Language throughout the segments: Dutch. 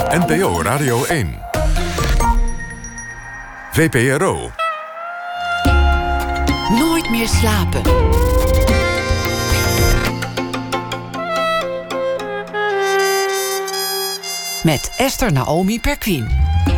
NPO Radio 1. VPRO. Nooit meer slapen. Met Esther Naomi Perquin.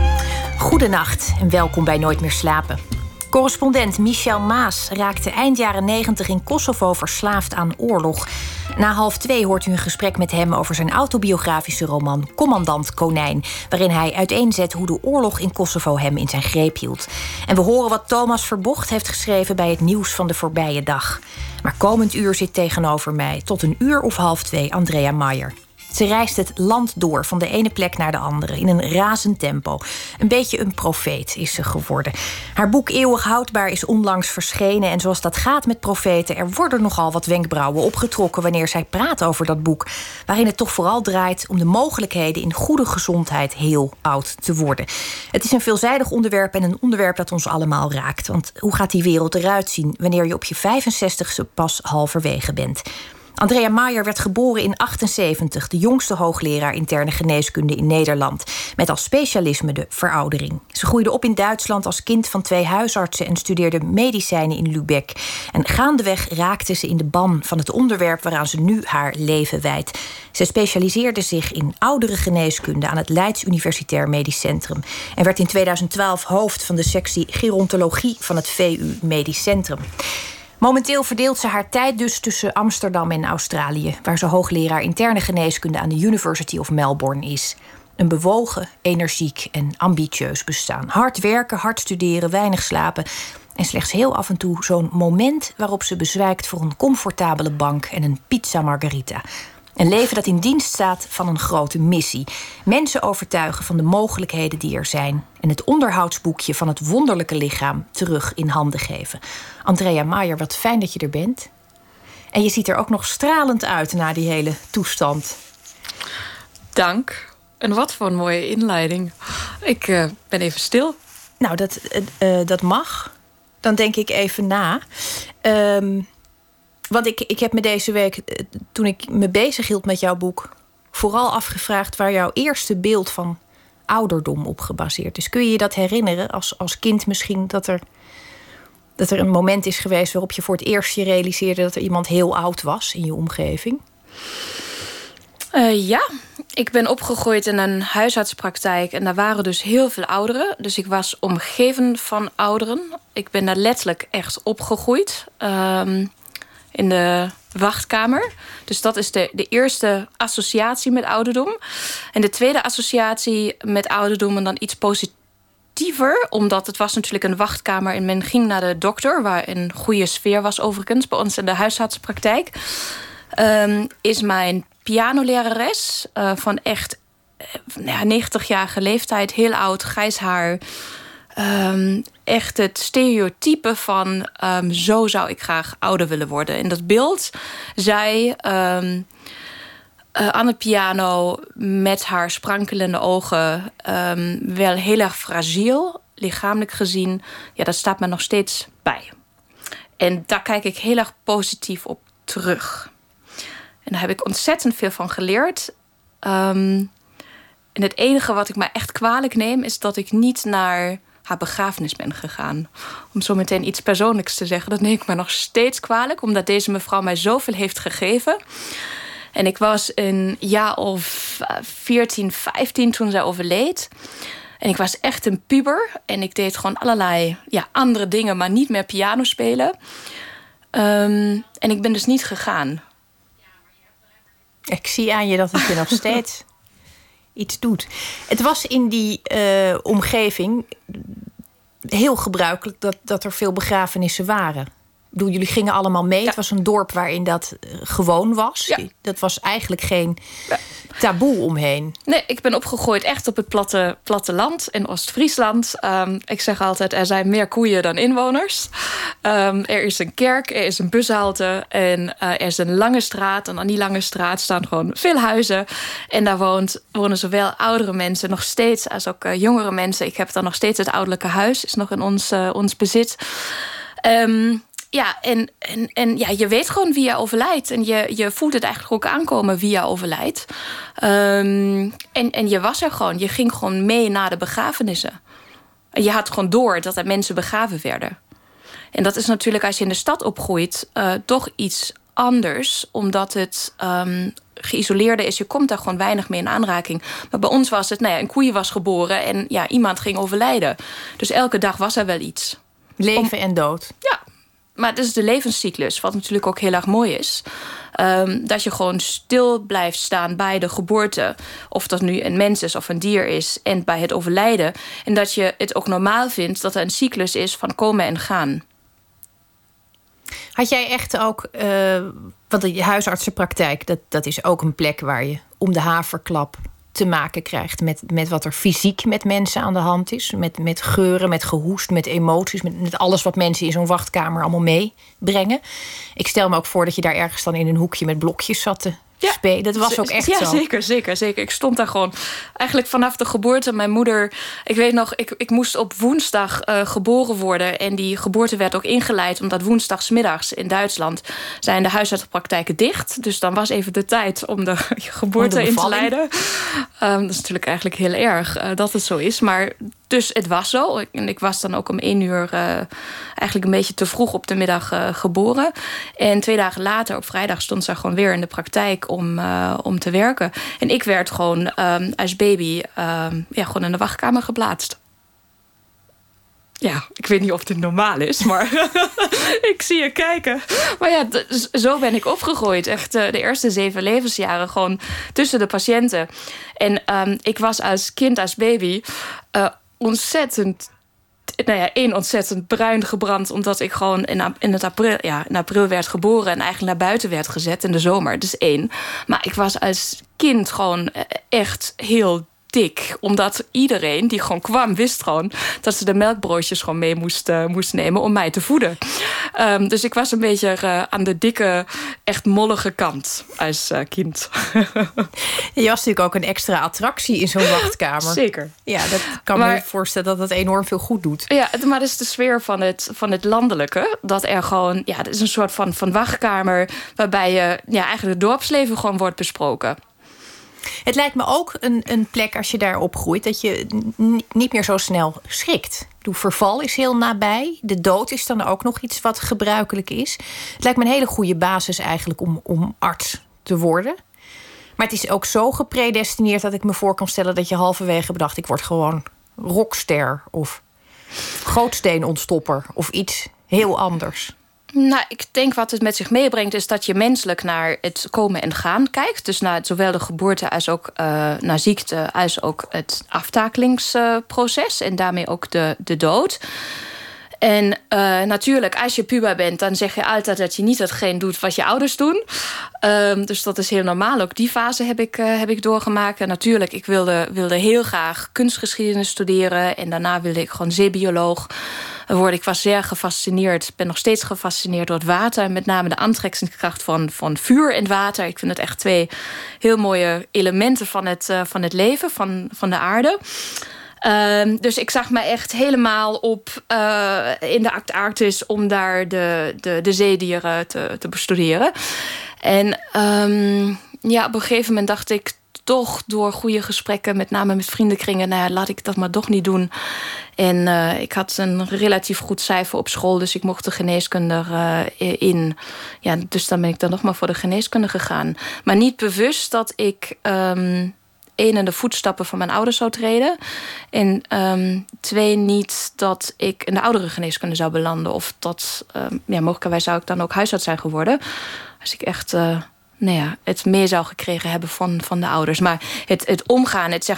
Goedenacht en welkom bij Nooit meer slapen. Correspondent Michel Maas raakte eind jaren 90 in Kosovo verslaafd aan oorlog. Na 1:30 hoort u een gesprek met hem over zijn autobiografische roman Commandant Konijn, waarin hij uiteenzet hoe de oorlog in Kosovo hem in zijn greep hield. En we horen wat Thomas Verbocht heeft geschreven bij het nieuws van de voorbije dag. Maar komend uur zit tegenover mij tot 1:00 of 1:30 Andrea Meijer. Ze reist het land door, van de ene plek naar de andere, in een razend tempo. Een beetje een profeet is ze geworden. Haar boek Eeuwig Houdbaar is onlangs verschenen. En zoals dat gaat met profeten, er worden nogal wat wenkbrauwen opgetrokken wanneer zij praat over dat boek, waarin het toch vooral draait om de mogelijkheden in goede gezondheid heel oud te worden. Het is een veelzijdig onderwerp en een onderwerp dat ons allemaal raakt. Want hoe gaat die wereld eruit zien wanneer je op je 65ste pas halverwege bent? Andrea Meijer werd geboren in 1978, de jongste hoogleraar interne geneeskunde in Nederland, met als specialisme de veroudering. Ze groeide op in Duitsland als kind van 2 huisartsen en studeerde medicijnen in Lübeck. En gaandeweg raakte ze in de ban van het onderwerp waaraan ze nu haar leven wijdt. Ze specialiseerde zich in ouderengeneeskunde aan het Leids Universitair Medisch Centrum en werd in 2012 hoofd van de sectie gerontologie van het VU Medisch Centrum. Momenteel verdeelt ze haar tijd dus tussen Amsterdam en Australië, waar ze hoogleraar interne geneeskunde aan de University of Melbourne is. Een bewogen, energiek en ambitieus bestaan. Hard werken, hard studeren, weinig slapen en slechts heel af en toe zo'n moment waarop ze bezwijkt voor een comfortabele bank en een pizza margarita. Een leven dat in dienst staat van een grote missie. Mensen overtuigen van de mogelijkheden die er zijn en het onderhoudsboekje van het wonderlijke lichaam terug in handen geven. Andrea Meijer, wat fijn dat je er bent. En je ziet er ook nog stralend uit na die hele toestand. Dank. En wat voor een mooie inleiding. Ik ben even stil. Nou, dat mag. Dan denk ik even na. Want ik heb me deze week, toen ik me bezig hield met jouw boek, vooral afgevraagd waar jouw eerste beeld van ouderdom op gebaseerd is. Kun je je dat herinneren als kind misschien, dat er een moment is geweest waarop je voor het eerst je realiseerde dat er iemand heel oud was in je omgeving? Ja, ik ben opgegroeid in een huisartspraktijk en daar waren dus heel veel ouderen. Dus ik was omgeven van ouderen. Ik ben daar letterlijk echt opgegroeid. In de wachtkamer. Dus dat is de eerste associatie met ouderdom. En de tweede associatie met ouderdom en dan iets positiever, omdat het was natuurlijk een wachtkamer en men ging naar de dokter, waar een goede sfeer was overigens bij ons in de huisartsenpraktijk, is mijn pianolerares van echt 90-jarige leeftijd, heel oud, grijs haar. Echt het stereotype van zo zou ik graag ouder willen worden. In dat beeld, zij aan het piano met haar sprankelende ogen, wel heel erg fragiel, lichamelijk gezien. Ja, dat staat me nog steeds bij. En daar kijk ik heel erg positief op terug. En daar heb ik ontzettend veel van geleerd. En het enige wat ik me echt kwalijk neem is dat ik niet naar haar begrafenis ben gegaan. Om zo meteen iets persoonlijks te zeggen. Dat neem ik me nog steeds kwalijk, omdat deze mevrouw mij zoveel heeft gegeven. En ik was een jaar of 14, 15 toen zij overleed. En ik was echt een puber. En ik deed gewoon allerlei andere dingen, maar niet meer piano spelen. En ik ben dus niet gegaan. Ik zie aan je dat het je nog steeds iets doet. Het was in die omgeving heel gebruikelijk dat er veel begrafenissen waren. Ik bedoel, jullie gingen allemaal mee. Ja. Het was een dorp waarin dat gewoon was. Ja. Dat was eigenlijk geen taboe omheen. Nee, ik ben opgegroeid echt op het platteland in Oost-Friesland. Ik zeg altijd, er zijn meer koeien dan inwoners. Er is een kerk, er is een bushalte en er is een lange straat. En aan die lange straat staan gewoon veel huizen. En daar wonen zowel oudere mensen nog steeds als ook jongere mensen. Ik heb dan nog steeds het ouderlijke huis, is nog in ons bezit. Ja, en je weet gewoon wie je overlijdt. En je voelt het eigenlijk ook aankomen wie je overlijdt. En je was er gewoon. Je ging gewoon mee naar de begrafenissen. En je had gewoon door dat er mensen begraven werden. En dat is natuurlijk, als je in de stad opgroeit, toch iets anders. Omdat het geïsoleerde is. Je komt daar gewoon weinig mee in aanraking. Maar bij ons was het, een koeie was geboren en iemand ging overlijden. Dus elke dag was er wel iets. Leven en dood. Ja, maar het is de levenscyclus, wat natuurlijk ook heel erg mooi is. Dat je gewoon stil blijft staan bij de geboorte. Of dat nu een mens is of een dier is. En bij het overlijden. En dat je het ook normaal vindt dat er een cyclus is van komen en gaan. Had jij echt ook... want de huisartsenpraktijk, dat is ook een plek waar je om de haverklap te maken krijgt met wat er fysiek met mensen aan de hand is. Met geuren, met gehoest, met emoties, met alles wat mensen in zo'n wachtkamer allemaal meebrengen. Ik stel me ook voor dat je daar ergens dan in een hoekje met blokjes zat te spelen. Dat was ook echt zo. Ja, zeker. Ik stond daar gewoon eigenlijk vanaf de geboorte. Mijn moeder, ik weet nog, ik moest op woensdag geboren worden. En die geboorte werd ook ingeleid, omdat woensdagsmiddags in Duitsland zijn de huisartsenpraktijken dicht. Dus dan was even de tijd om de geboorte in te leiden. Dat is natuurlijk eigenlijk heel erg dat het zo is. Maar dus het was zo. En ik was dan ook om 1 uur eigenlijk een beetje te vroeg op de middag geboren. En 2 dagen later, op vrijdag, stond ze gewoon weer in de praktijk om te werken. En ik werd gewoon als baby gewoon in de wachtkamer geplaatst. Ja, ik weet niet of dit normaal is, maar ik zie je kijken. Maar ja, zo ben ik opgegroeid. Echt de eerste 7 levensjaren gewoon tussen de patiënten. En ik was als kind, als baby, ontzettend bruin gebrand, omdat ik gewoon in april werd geboren en eigenlijk naar buiten werd gezet in de zomer. Dus 1. Maar ik was als kind gewoon echt heel dik. Omdat iedereen die gewoon kwam, wist gewoon dat ze de melkbroodjes gewoon mee moest nemen om mij te voeden. Dus ik was een beetje aan de dikke, echt mollige kant als kind. Je was natuurlijk ook een extra attractie in zo'n wachtkamer. Zeker. Ja, dat kan me voorstellen dat het enorm veel goed doet. Ja, maar het is de sfeer van het landelijke. Dat er gewoon, het is een soort van wachtkamer waarbij eigenlijk het dorpsleven gewoon wordt besproken. Het lijkt me ook een plek, als je daar opgroeit, dat je niet meer zo snel schrikt. De verval is heel nabij. De dood is dan ook nog iets wat gebruikelijk is. Het lijkt me een hele goede basis eigenlijk om arts te worden. Maar het is ook zo gepredestineerd dat ik me voor kan stellen dat je halverwege bedacht, ik word gewoon rockster of gootsteenontstopper of iets heel anders. Nou, ik denk wat het met zich meebrengt is dat je menselijk naar het komen en gaan kijkt. Dus naar zowel de geboorte als ook naar ziekte, als ook het aftakelingsproces en daarmee ook de dood. En natuurlijk, als je puber bent, dan zeg je altijd dat je niet hetgeen doet wat je ouders doen. Dus dat is heel normaal. Ook die fase heb ik doorgemaakt. En natuurlijk, ik wilde heel graag kunstgeschiedenis studeren. En daarna wilde ik gewoon zeebioloog worden. Ik was zeer gefascineerd, ben nog steeds gefascineerd door het water. Met name de aantrekkingskracht van vuur en water. Ik vind het echt 2 heel mooie elementen van het leven, van de aarde. Dus ik zag me echt helemaal op in de Antarctis om daar de zeedieren te bestuderen. En op een gegeven moment dacht ik toch door goede gesprekken, met name met vriendenkringen, laat ik dat maar toch niet doen. En ik had een relatief goed cijfer op school, dus ik mocht de geneeskunde in. Ja, dus dan ben ik dan nog maar voor de geneeskunde gegaan. Maar niet bewust dat ik 1 in de voetstappen van mijn ouders zou treden. En 2 niet dat ik in de oudere geneeskunde zou belanden. Of dat, mogelijkerwijs zou ik dan ook huisarts zijn geworden. Als ik echt het meer zou gekregen hebben van de ouders. Maar het omgaan, het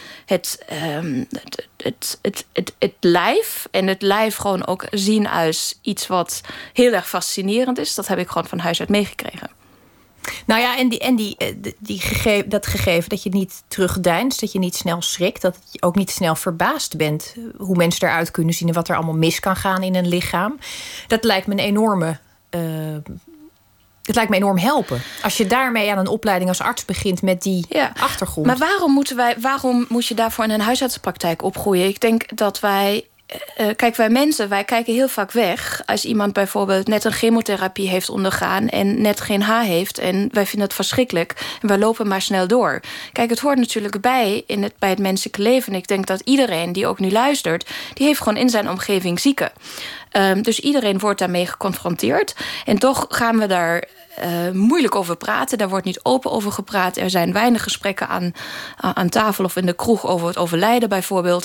lijf. En het lijf gewoon ook zien als iets wat heel erg fascinerend is. Dat heb ik gewoon van huis uit meegekregen. Nou ja, dat gegeven dat je niet terugdeinst, dat je niet snel schrikt, dat je ook niet snel verbaasd bent hoe mensen eruit kunnen zien en wat er allemaal mis kan gaan in een lichaam. Dat lijkt me het lijkt me enorm helpen. Als je daarmee aan een opleiding als arts begint met die achtergrond. Maar waarom moet je daarvoor in een huisartsenpraktijk opgroeien? Ik denk dat wij kijk, wij kijken heel vaak weg als iemand bijvoorbeeld net een chemotherapie heeft ondergaan en net geen haar heeft en wij vinden het verschrikkelijk en wij lopen maar snel door. Kijk, het hoort natuurlijk bij het menselijke leven. En ik denk dat iedereen die ook nu luistert, die heeft gewoon in zijn omgeving zieken. Dus iedereen wordt daarmee geconfronteerd. En toch gaan we daar moeilijk over praten. Daar wordt niet open over gepraat. Er zijn weinig gesprekken aan tafel of in de kroeg over het overlijden bijvoorbeeld.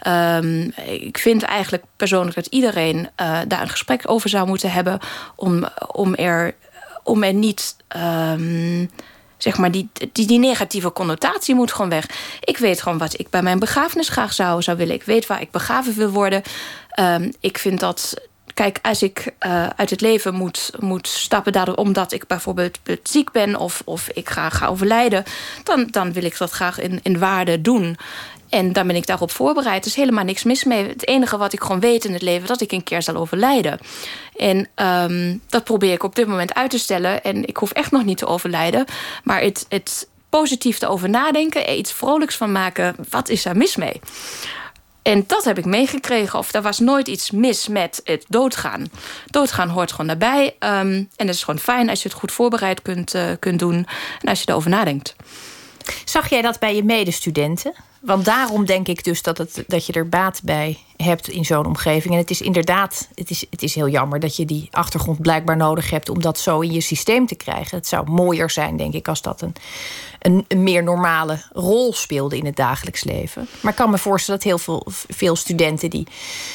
Ik vind eigenlijk persoonlijk dat iedereen daar een gesprek over zou moeten hebben om er niet zeg maar die negatieve connotatie moet gewoon weg. Ik weet gewoon wat ik bij mijn begrafenis graag zou willen. Ik weet waar ik begraven wil worden. Ik vind dat, kijk, als ik uit het leven moet stappen daardoor omdat ik bijvoorbeeld ziek ben of ik ga overlijden, dan wil ik dat graag in waarde doen. En dan ben ik daarop voorbereid. Er is helemaal niks mis mee. Het enige wat ik gewoon weet in het leven, dat ik een keer zal overlijden. En dat probeer ik op dit moment uit te stellen. En ik hoef echt nog niet te overlijden. Maar het positief erover nadenken, iets vrolijks van maken, wat is daar mis mee? En dat heb ik meegekregen. Of er was nooit iets mis met het doodgaan. Doodgaan hoort gewoon daarbij. En het is gewoon fijn als je het goed voorbereid kunt doen. En als je erover nadenkt. Zag jij dat bij je medestudenten? Want daarom denk ik dus dat je er baat bij hebt in zo'n omgeving. En het is inderdaad, het is heel jammer dat je die achtergrond blijkbaar nodig hebt om dat zo in je systeem te krijgen. Het zou mooier zijn, denk ik, als dat een meer normale rol speelde in het dagelijks leven. Maar ik kan me voorstellen dat veel studenten die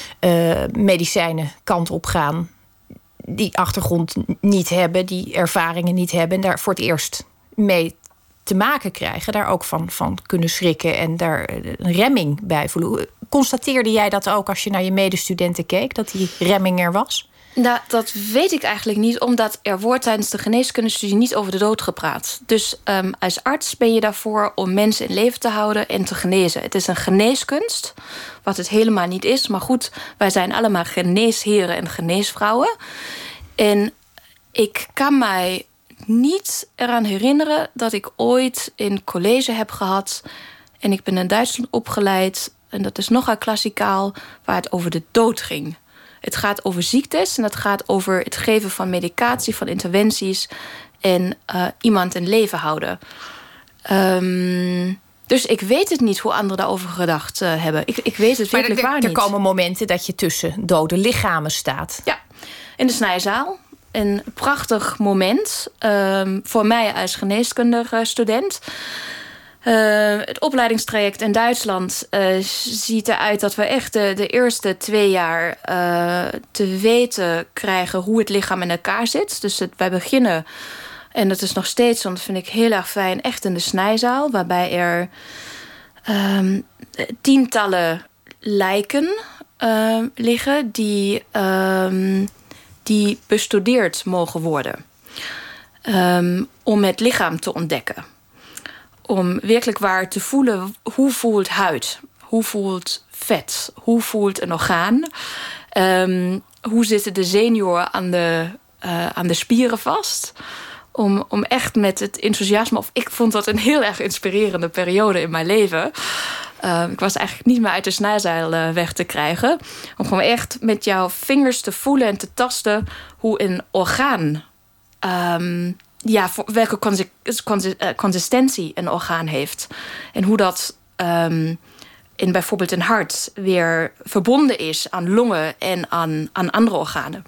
medicijnen kant op gaan, die achtergrond niet hebben, die ervaringen niet hebben en daar voor het eerst mee te maken krijgen, daar ook van kunnen schrikken en daar een remming bij voelen. Constateerde jij dat ook als je naar je medestudenten keek, dat die remming er was? Nou, dat weet ik eigenlijk niet, omdat er wordt tijdens de geneeskundestudie niet over de dood gepraat. Dus als arts ben je daarvoor om mensen in leven te houden en te genezen. Het is een geneeskunst, wat het helemaal niet is. Maar goed, wij zijn allemaal geneesheren en geneesvrouwen. En ik kan mij niet eraan herinneren dat ik ooit een college heb gehad, en ik ben in Duitsland opgeleid, en dat is nogal klassikaal, waar het over de dood ging. Het gaat over ziektes en het gaat over het geven van medicatie, van interventies en iemand in leven houden. Dus ik weet het niet hoe anderen daarover gedacht hebben. Ik weet het werkelijk waar niet. Er komen momenten dat je tussen dode lichamen staat. Ja, in de snijzaal. Een prachtig moment voor mij als geneeskundige student. Het opleidingstraject in Duitsland ziet eruit dat we echt de eerste 2 jaar te weten krijgen hoe het lichaam in elkaar zit. Dus wij beginnen, en dat is nog steeds, want dat vind ik heel erg fijn, echt in de snijzaal, waarbij er tientallen lijken liggen die bestudeerd mogen worden. Om het lichaam te ontdekken. Om werkelijk waar te voelen, hoe voelt huid? Hoe voelt vet? Hoe voelt een orgaan? Hoe zitten de zenuwen aan de spieren vast? Om echt met het enthousiasme, of ik vond dat een heel erg inspirerende periode in mijn leven. Ik was eigenlijk niet meer uit de snijzaal weg te krijgen. Om gewoon echt met jouw vingers te voelen en te tasten hoe een orgaan, voor welke consistentie een orgaan heeft. En hoe dat in bijvoorbeeld een hart weer verbonden is aan longen en aan andere organen.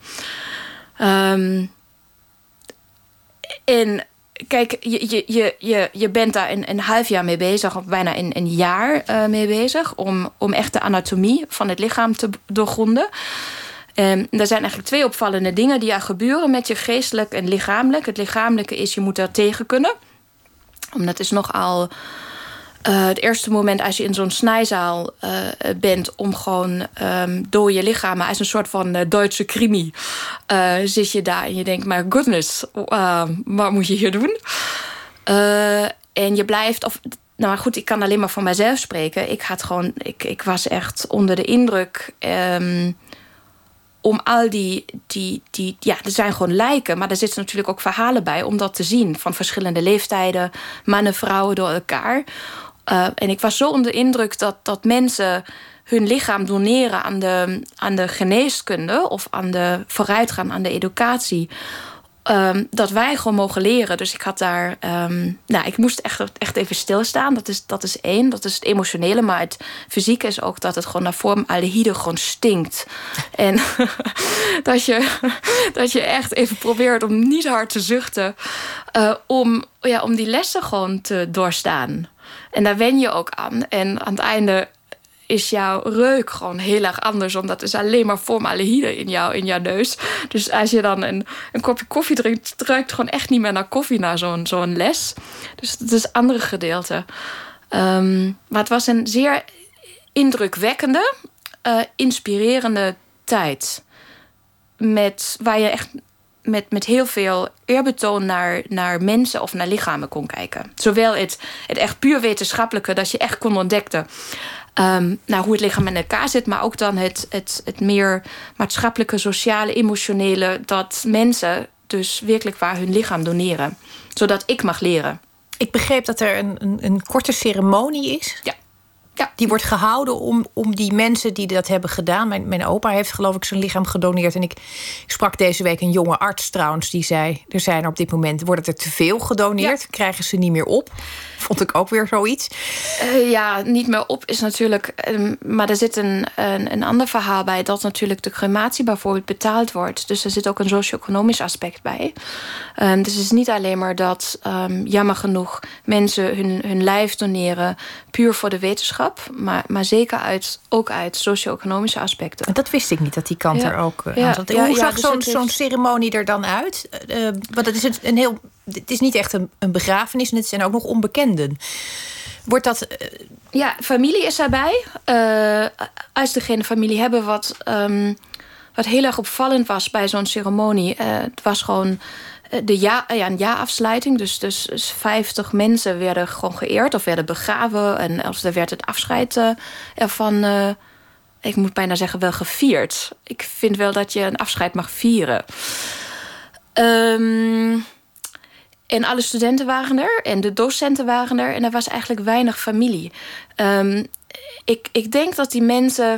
En kijk, je bent daar een half jaar mee bezig, of bijna een jaar mee bezig, om echt de anatomie van het lichaam te doorgronden. Er zijn eigenlijk 2 opvallende dingen die er gebeuren met je geestelijk en lichamelijk. Het lichamelijke is, je moet daar tegen kunnen. Omdat is nogal het eerste moment als je in zo'n snijzaal bent, om gewoon door je lichaam, als een soort van Duitse krimi, zit je daar en je denkt, my goodness, wat moet je hier doen? En je blijft, nou goed, ik kan alleen maar voor mijzelf spreken. Ik was echt onder de indruk. Om al er zijn gewoon lijken, maar er zitten natuurlijk ook verhalen bij om dat te zien. Van verschillende leeftijden, mannen, vrouwen door elkaar. En ik was zo onder de indruk dat mensen hun lichaam doneren aan de geneeskunde of aan de vooruitgang, aan de educatie. Dat wij gewoon mogen leren. Dus ik had daar... ik moest echt even stilstaan. Dat is één. Dat is het emotionele. Maar het fysieke is ook dat het gewoon naar formaldehyde gewoon stinkt. En dat je echt even probeert om niet hard te zuchten. Om die lessen gewoon te doorstaan. En daar wen je ook aan. En aan het einde is jouw reuk gewoon heel erg anders. Omdat er is alleen maar formaldehyde in jouw neus. Dus als je dan een kopje koffie drinkt, het ruikt gewoon echt niet meer naar koffie na zo'n les. Dus dat is een andere gedeelte. Maar het was een zeer indrukwekkende, inspirerende tijd. Waar je echt met heel veel eerbetoon naar mensen of naar lichamen kon kijken. Zowel het echt puur wetenschappelijke, dat je echt kon ontdekken hoe het lichaam in elkaar zit, maar ook dan het meer maatschappelijke, sociale, emotionele, dat mensen dus werkelijk waar hun lichaam doneren. Zodat ik mag leren. Ik begreep dat er een korte ceremonie is. Ja. Die wordt gehouden om die mensen die dat hebben gedaan. Mijn opa heeft geloof ik zijn lichaam gedoneerd. En ik sprak deze week een jonge arts trouwens. Die zei, er zijn op dit moment, wordt er te veel gedoneerd. Ja. Krijgen ze niet meer op. Vond ik ook weer zoiets. Niet meer op is natuurlijk... maar er zit een ander verhaal bij. Dat natuurlijk de crematie bijvoorbeeld betaald wordt. Dus er zit ook een socio-economisch aspect bij. Dus het is niet alleen maar dat jammer genoeg mensen hun lijf doneren puur voor de wetenschap. Maar zeker ook uit socio-economische aspecten. En dat wist ik niet, dat die kant er ook aan zat. Hoe zag zo'n ceremonie er dan uit? Want het is het is niet echt een begrafenis en het zijn ook nog onbekenden. Wordt dat... familie is daarbij. Als degene familie hebben wat heel erg opvallend was bij zo'n ceremonie. Het was gewoon een jaarafsluiting. Dus 50 mensen werden gewoon geëerd of werden begraven. En er werd het afscheid ervan... ik moet bijna zeggen wel gevierd. Ik vind wel dat je een afscheid mag vieren. En alle studenten waren er. En de docenten waren er. En er was eigenlijk weinig familie. Ik denk dat die mensen...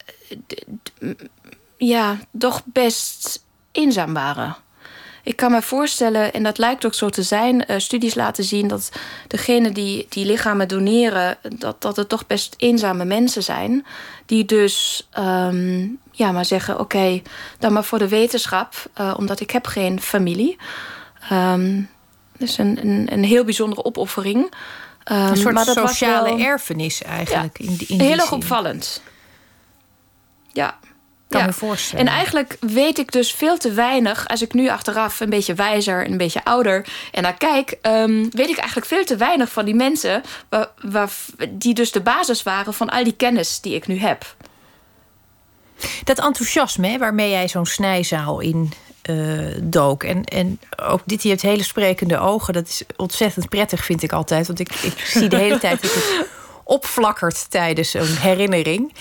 toch best eenzaam waren. Ik kan me voorstellen, en dat lijkt ook zo te zijn... studies laten zien dat degenen die lichamen doneren... dat het toch best eenzame mensen zijn... die dus maar zeggen... oké, dan maar voor de wetenschap... omdat ik heb geen familie... Dus een heel bijzondere opoffering. Een soort maar dat sociale was wel erfenis eigenlijk. Ja, in die heel erg zin. Opvallend. Ja. Kan me voorstellen. En eigenlijk weet ik dus veel te weinig... als ik nu achteraf een beetje wijzer en een beetje ouder... en naar kijk, weet ik eigenlijk veel te weinig van die mensen... die dus de basis waren van al die kennis die ik nu heb. Dat enthousiasme waarmee jij zo'n snijzaal in... dook. En ook dit, die heeft hele sprekende ogen. Dat is ontzettend prettig, vind ik altijd. Want ik zie de hele tijd dat het opflakkert tijdens een herinnering.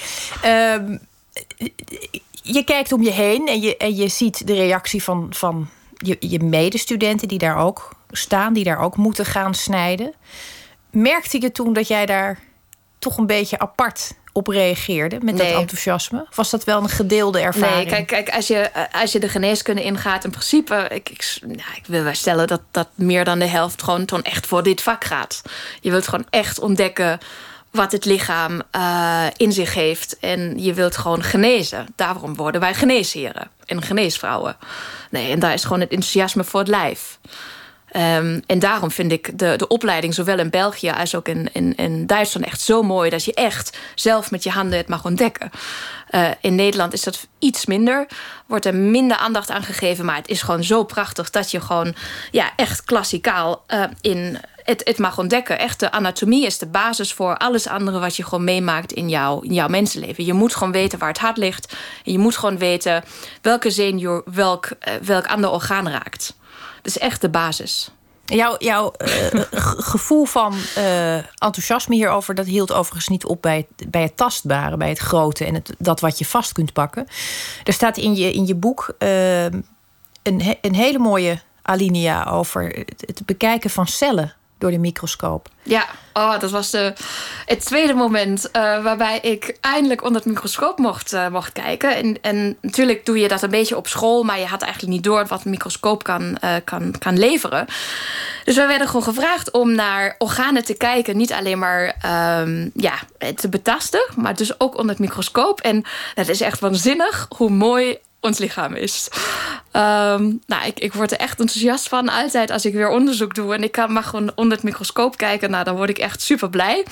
Je kijkt om je heen en je ziet de reactie van je medestudenten... die daar ook staan, die daar ook moeten gaan snijden. Merkte je toen dat jij daar toch een beetje apart... op reageerde met dat enthousiasme? Of was dat wel een gedeelde ervaring? Nee, kijk, als je de geneeskunde ingaat... in principe, ik wil wel stellen... dat meer dan de helft gewoon echt voor dit vak gaat. Je wilt gewoon echt ontdekken... wat het lichaam in zich heeft. En je wilt gewoon genezen. Daarom worden wij geneesheren en geneesvrouwen. Nee, en daar is gewoon het enthousiasme voor het lijf. En daarom vind ik de opleiding zowel in België als ook in Duitsland echt zo mooi... dat je echt zelf met je handen het mag ontdekken. In Nederland is dat iets minder. Wordt er minder aandacht aan gegeven. Maar het is gewoon zo prachtig dat je gewoon echt klassikaal het mag ontdekken. Echt, de anatomie is de basis voor alles andere wat je gewoon meemaakt in jouw mensenleven. Je moet gewoon weten waar het hart ligt. En je moet gewoon weten welke zenuw welk ander orgaan raakt. Dat is echt de basis. Jouw gevoel van enthousiasme hierover... dat hield overigens niet op bij het tastbare, bij het grote... en dat wat je vast kunt pakken. Er staat in je boek een hele mooie alinea over het bekijken van cellen. door de microscoop. Ja, dat was het tweede moment waarbij ik eindelijk onder het microscoop mocht kijken. En natuurlijk doe je dat een beetje op school, maar je had eigenlijk niet door wat een microscoop kan leveren. Dus wij werden gewoon gevraagd om naar organen te kijken. Niet alleen maar te betasten, maar dus ook onder het microscoop. En dat is echt waanzinnig hoe mooi ons lichaam is. Ik word er echt enthousiast van altijd als ik weer onderzoek doe. En ik mag gewoon onder het microscoop kijken. Nou, dan word ik echt super blij.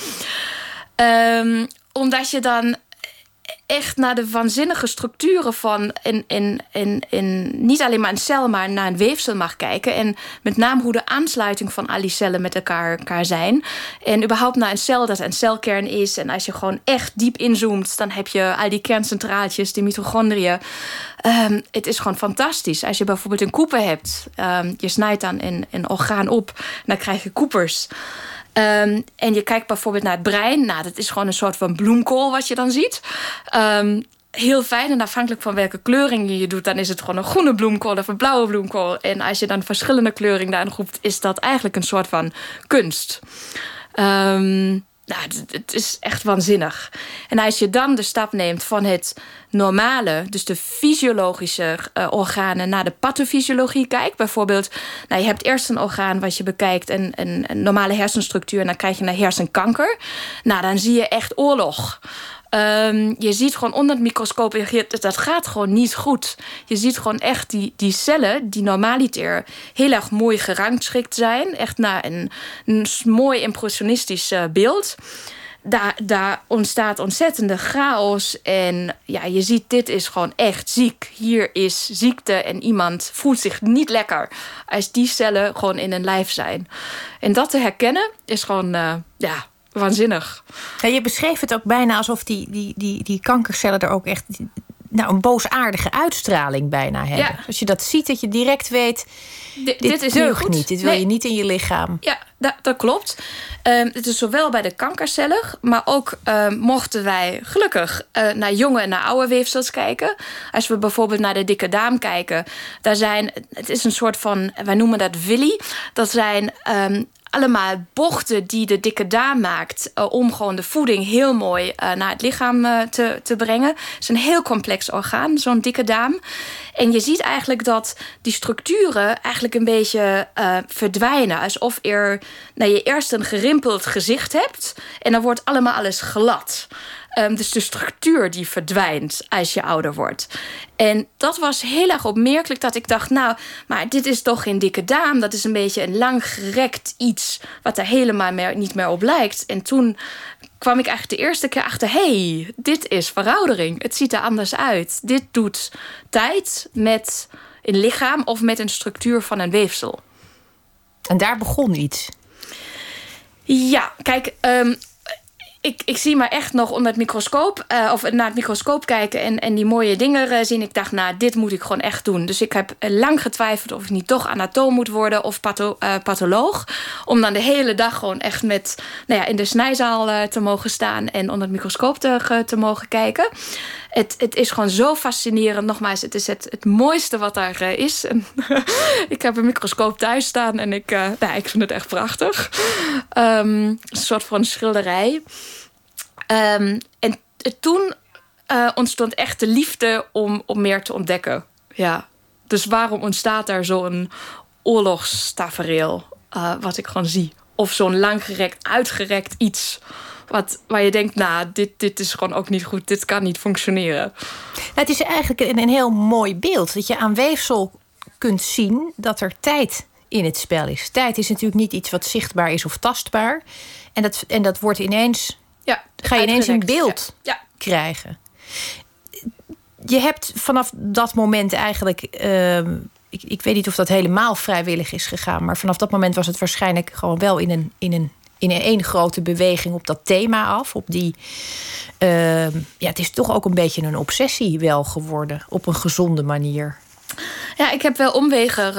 Omdat je dan echt naar de waanzinnige structuren van niet alleen maar een cel, maar naar een weefsel mag kijken. En met name hoe de aansluiting van al die cellen met elkaar zijn. En überhaupt naar een cel dat een celkern is. En als je gewoon echt diep inzoomt, dan heb je al die kerncentraaltjes, die mitochondriën. Het is gewoon fantastisch. Als je bijvoorbeeld een koeper hebt, je snijdt dan een orgaan op, dan krijg je koepers. En je kijkt bijvoorbeeld naar het brein. Nou, dat is gewoon een soort van bloemkool wat je dan ziet. Heel fijn. En afhankelijk van welke kleuring je doet, dan is het gewoon een groene bloemkool of een blauwe bloemkool. En als je dan verschillende kleuringen daarin groept, is dat eigenlijk een soort van kunst. Het is echt waanzinnig. En als je dan de stap neemt van het normale, dus de fysiologische organen, naar de pathofysiologie kijkt. Bijvoorbeeld, je hebt eerst een orgaan wat je bekijkt, een normale hersenstructuur, en dan krijg je naar hersenkanker. Nou, dan zie je echt oorlog. Je ziet gewoon onder het microscoop, dat gaat gewoon niet goed. Je ziet gewoon echt die cellen die normaliter heel erg mooi gerangschikt zijn. Echt naar een mooi impressionistisch beeld. Daar ontstaat ontzettende chaos. En ja, je ziet, dit is gewoon echt ziek. Hier is ziekte en iemand voelt zich niet lekker als die cellen gewoon in een lijf zijn. En dat te herkennen is gewoon, waanzinnig. Ja, je beschreef het ook bijna alsof die kankercellen er ook echt een boosaardige uitstraling bijna hebben. Ja. Als je dat ziet, dat je direct weet, dit is deugt niet. Dit wil je niet in je lichaam. Ja, dat klopt. Het is zowel bij de kankercellen, maar ook mochten wij gelukkig naar jonge en naar oude weefsels kijken. Als we bijvoorbeeld naar de dikke darm kijken, het is een soort van, wij noemen dat villi. Dat zijn allemaal bochten die de dikke darm maakt om gewoon de voeding heel mooi naar het lichaam te brengen. Het is een heel complex orgaan, zo'n dikke darm. En je ziet eigenlijk dat die structuren eigenlijk een beetje verdwijnen. Alsof je eerst een gerimpeld gezicht hebt en dan wordt allemaal alles glad. Dus de structuur die verdwijnt als je ouder wordt. En dat was heel erg opmerkelijk dat ik dacht, maar dit is toch geen dikke darm. Dat is een beetje een langgerekt iets wat er helemaal niet meer op lijkt. En toen kwam ik eigenlijk de eerste keer achter, dit is veroudering. Het ziet er anders uit. Dit doet tijd met een lichaam of met een structuur van een weefsel. En daar begon iets. Ja, kijk, Ik zie maar echt nog onder het microscoop, of naar het microscoop kijken en die mooie dingen zien. Ik dacht, dit moet ik gewoon echt doen. Dus ik heb lang getwijfeld of ik niet toch anatoom moet worden of patholoog. Om dan de hele dag gewoon echt in de snijzaal te mogen staan en onder het microscoop te mogen kijken. Het is gewoon zo fascinerend. Nogmaals, het is het mooiste wat daar is. En ik heb een microscoop thuis staan en ik vind het echt prachtig. Een soort van schilderij. En toen ontstond echt de liefde om meer te ontdekken. Ja. Dus waarom ontstaat daar zo'n oorlogstafereel wat ik gewoon zie? Of zo'n langgerekt, uitgerekt iets waar je denkt, dit is gewoon ook niet goed. Dit kan niet functioneren. Het is eigenlijk een heel mooi beeld. Dat je aan weefsel kunt zien dat er tijd in het spel is. Tijd is natuurlijk niet iets wat zichtbaar is of tastbaar. En dat wordt ineens, ga je ineens een beeld krijgen. Je hebt vanaf dat moment eigenlijk, ik weet niet of dat helemaal vrijwillig is gegaan, maar vanaf dat moment was het waarschijnlijk gewoon wel in een grote beweging op dat thema af. Op die, het is toch ook een beetje een obsessie wel geworden op een gezonde manier. Ja, ik heb wel omwegen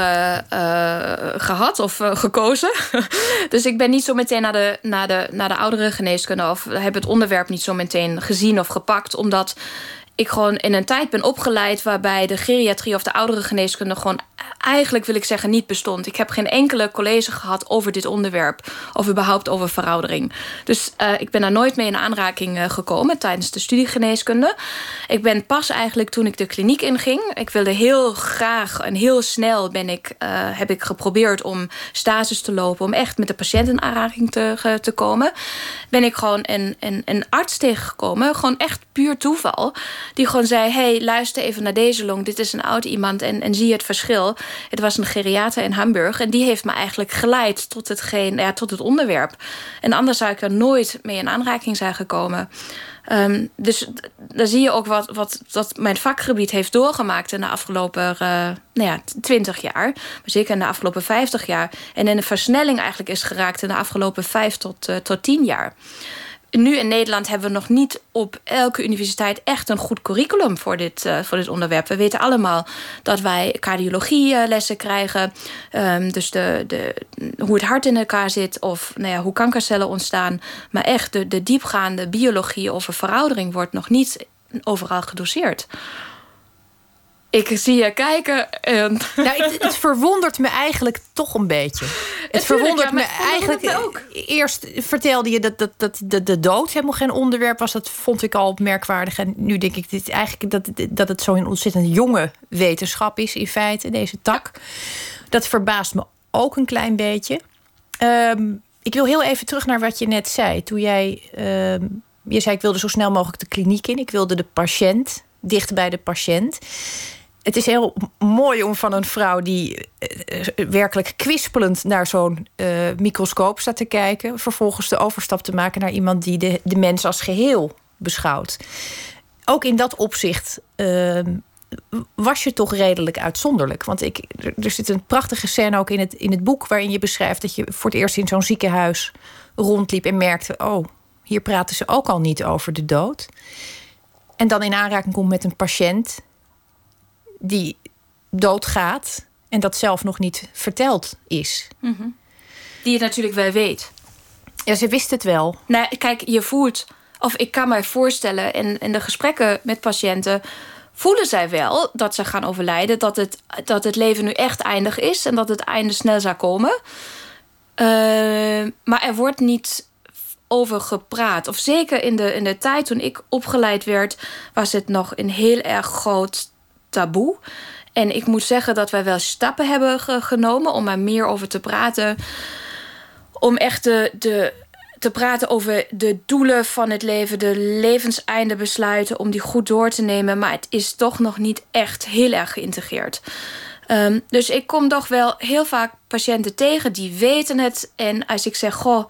gehad of gekozen. Dus ik ben niet zo meteen naar de ouderengeneeskunde of heb het onderwerp niet zo meteen gezien of gepakt, omdat ik gewoon in een tijd ben opgeleid waarbij de geriatrie of de ouderengeneeskunde gewoon eigenlijk, wil ik zeggen, niet bestond. Ik heb geen enkele college gehad over dit onderwerp of überhaupt over veroudering. Dus ik ben daar nooit mee in aanraking gekomen tijdens de studie geneeskunde. Ik ben pas eigenlijk toen ik de kliniek inging. Ik wilde heel graag en heel snel heb ik geprobeerd om stages te lopen, om echt met de patiënt in aanraking te komen. Ben ik gewoon een arts tegengekomen, gewoon echt puur toeval, die gewoon zei, hey, luister even naar deze long, dit is een oud iemand en zie je het verschil. Het was een geriater in Hamburg en die heeft me eigenlijk geleid tot het onderwerp. En anders zou ik er nooit mee in aanraking zijn gekomen. Dus daar zie je ook wat mijn vakgebied heeft doorgemaakt in de afgelopen 20 jaar. Maar zeker in de afgelopen 50 jaar. En in een versnelling eigenlijk is geraakt in de afgelopen 5 tot 10 jaar. Nu in Nederland hebben we nog niet op elke universiteit echt een goed curriculum voor dit onderwerp. We weten allemaal dat wij cardiologielessen krijgen. Dus hoe het hart in elkaar zit of hoe kankercellen ontstaan. Maar echt de diepgaande biologie over veroudering wordt nog niet overal gedoseerd. Ik zie je kijken. Het verwondert me eigenlijk toch een beetje. Het verwondert me eigenlijk ook. Eerst vertelde je dat de dood helemaal geen onderwerp was. Dat vond ik al merkwaardig. En nu denk ik dat het zo'n ontzettend jonge wetenschap is in feite, deze tak. Ja. Dat verbaast me ook een klein beetje. Ik wil heel even terug naar wat je net zei. Toen je zei, ik wilde zo snel mogelijk de kliniek in. Ik wilde de patiënt, dicht bij de patiënt. Het is heel mooi om van een vrouw die werkelijk kwispelend naar zo'n microscoop staat te kijken, vervolgens de overstap te maken naar iemand die de mens als geheel beschouwt. Ook in dat opzicht was je toch redelijk uitzonderlijk. Want er zit een prachtige scène ook in het boek waarin je beschrijft dat je voor het eerst in zo'n ziekenhuis rondliep en merkte, oh, hier praten ze ook al niet over de dood. En dan in aanraking komt met een patiënt die doodgaat en dat zelf nog niet verteld is. Mm-hmm. Die het natuurlijk wel weet. Ja, ze wist het wel. Nou, kijk, je voelt, of ik kan mij voorstellen, in de gesprekken met patiënten voelen zij wel dat ze gaan overlijden, dat het leven nu echt eindig is en dat het einde snel zal komen. Maar er wordt niet over gepraat. Of zeker in de tijd toen ik opgeleid werd, was het nog een heel erg groot taboe. En ik moet zeggen dat wij wel stappen hebben genomen om er meer over te praten. Om echt te praten over de doelen van het leven, de levenseinde besluiten, om die goed door te nemen. Maar het is toch nog niet echt heel erg geïntegreerd. Dus ik kom toch wel heel vaak patiënten tegen die weten het. En als ik zeg, goh,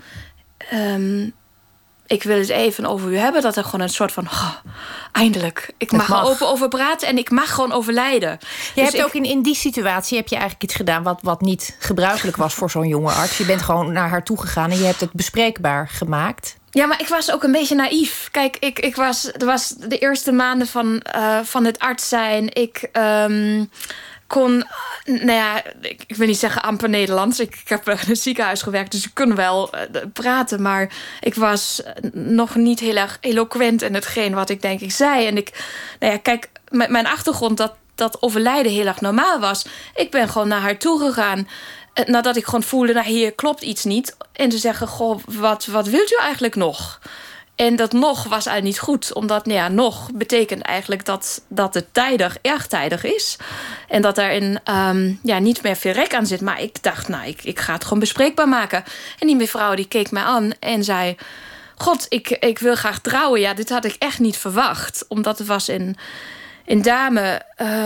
ik wil het even over u hebben, dat er gewoon een soort van, eindelijk, ik mag er open over praten en ik mag gewoon overlijden. Je hebt ook in die situatie heb je eigenlijk iets gedaan wat niet gebruikelijk was voor zo'n jonge arts. Je bent gewoon naar haar toegegaan en je hebt het bespreekbaar gemaakt. Ja, maar ik was ook een beetje naïef. Kijk, het was de eerste maanden van het arts zijn. Ik kon, ik wil niet zeggen amper Nederlands. Ik heb in een ziekenhuis gewerkt, dus ik kon wel praten. Maar ik was nog niet heel erg eloquent in hetgeen wat ik denk ik zei. En kijk, met mijn achtergrond dat overlijden heel erg normaal was. Ik ben gewoon naar haar toe gegaan. Nadat ik gewoon voelde, hier klopt iets niet. En te zeggen, goh, wat wilt u eigenlijk nog? En dat nog was eigenlijk niet goed. Omdat nog betekent eigenlijk dat het erg tijdig is. En dat er niet meer veel rek aan zit. Maar ik dacht, ik ga het gewoon bespreekbaar maken. En die mevrouw die keek mij aan en zei, God, ik wil graag trouwen. Ja, dit had ik echt niet verwacht. Omdat het was een dame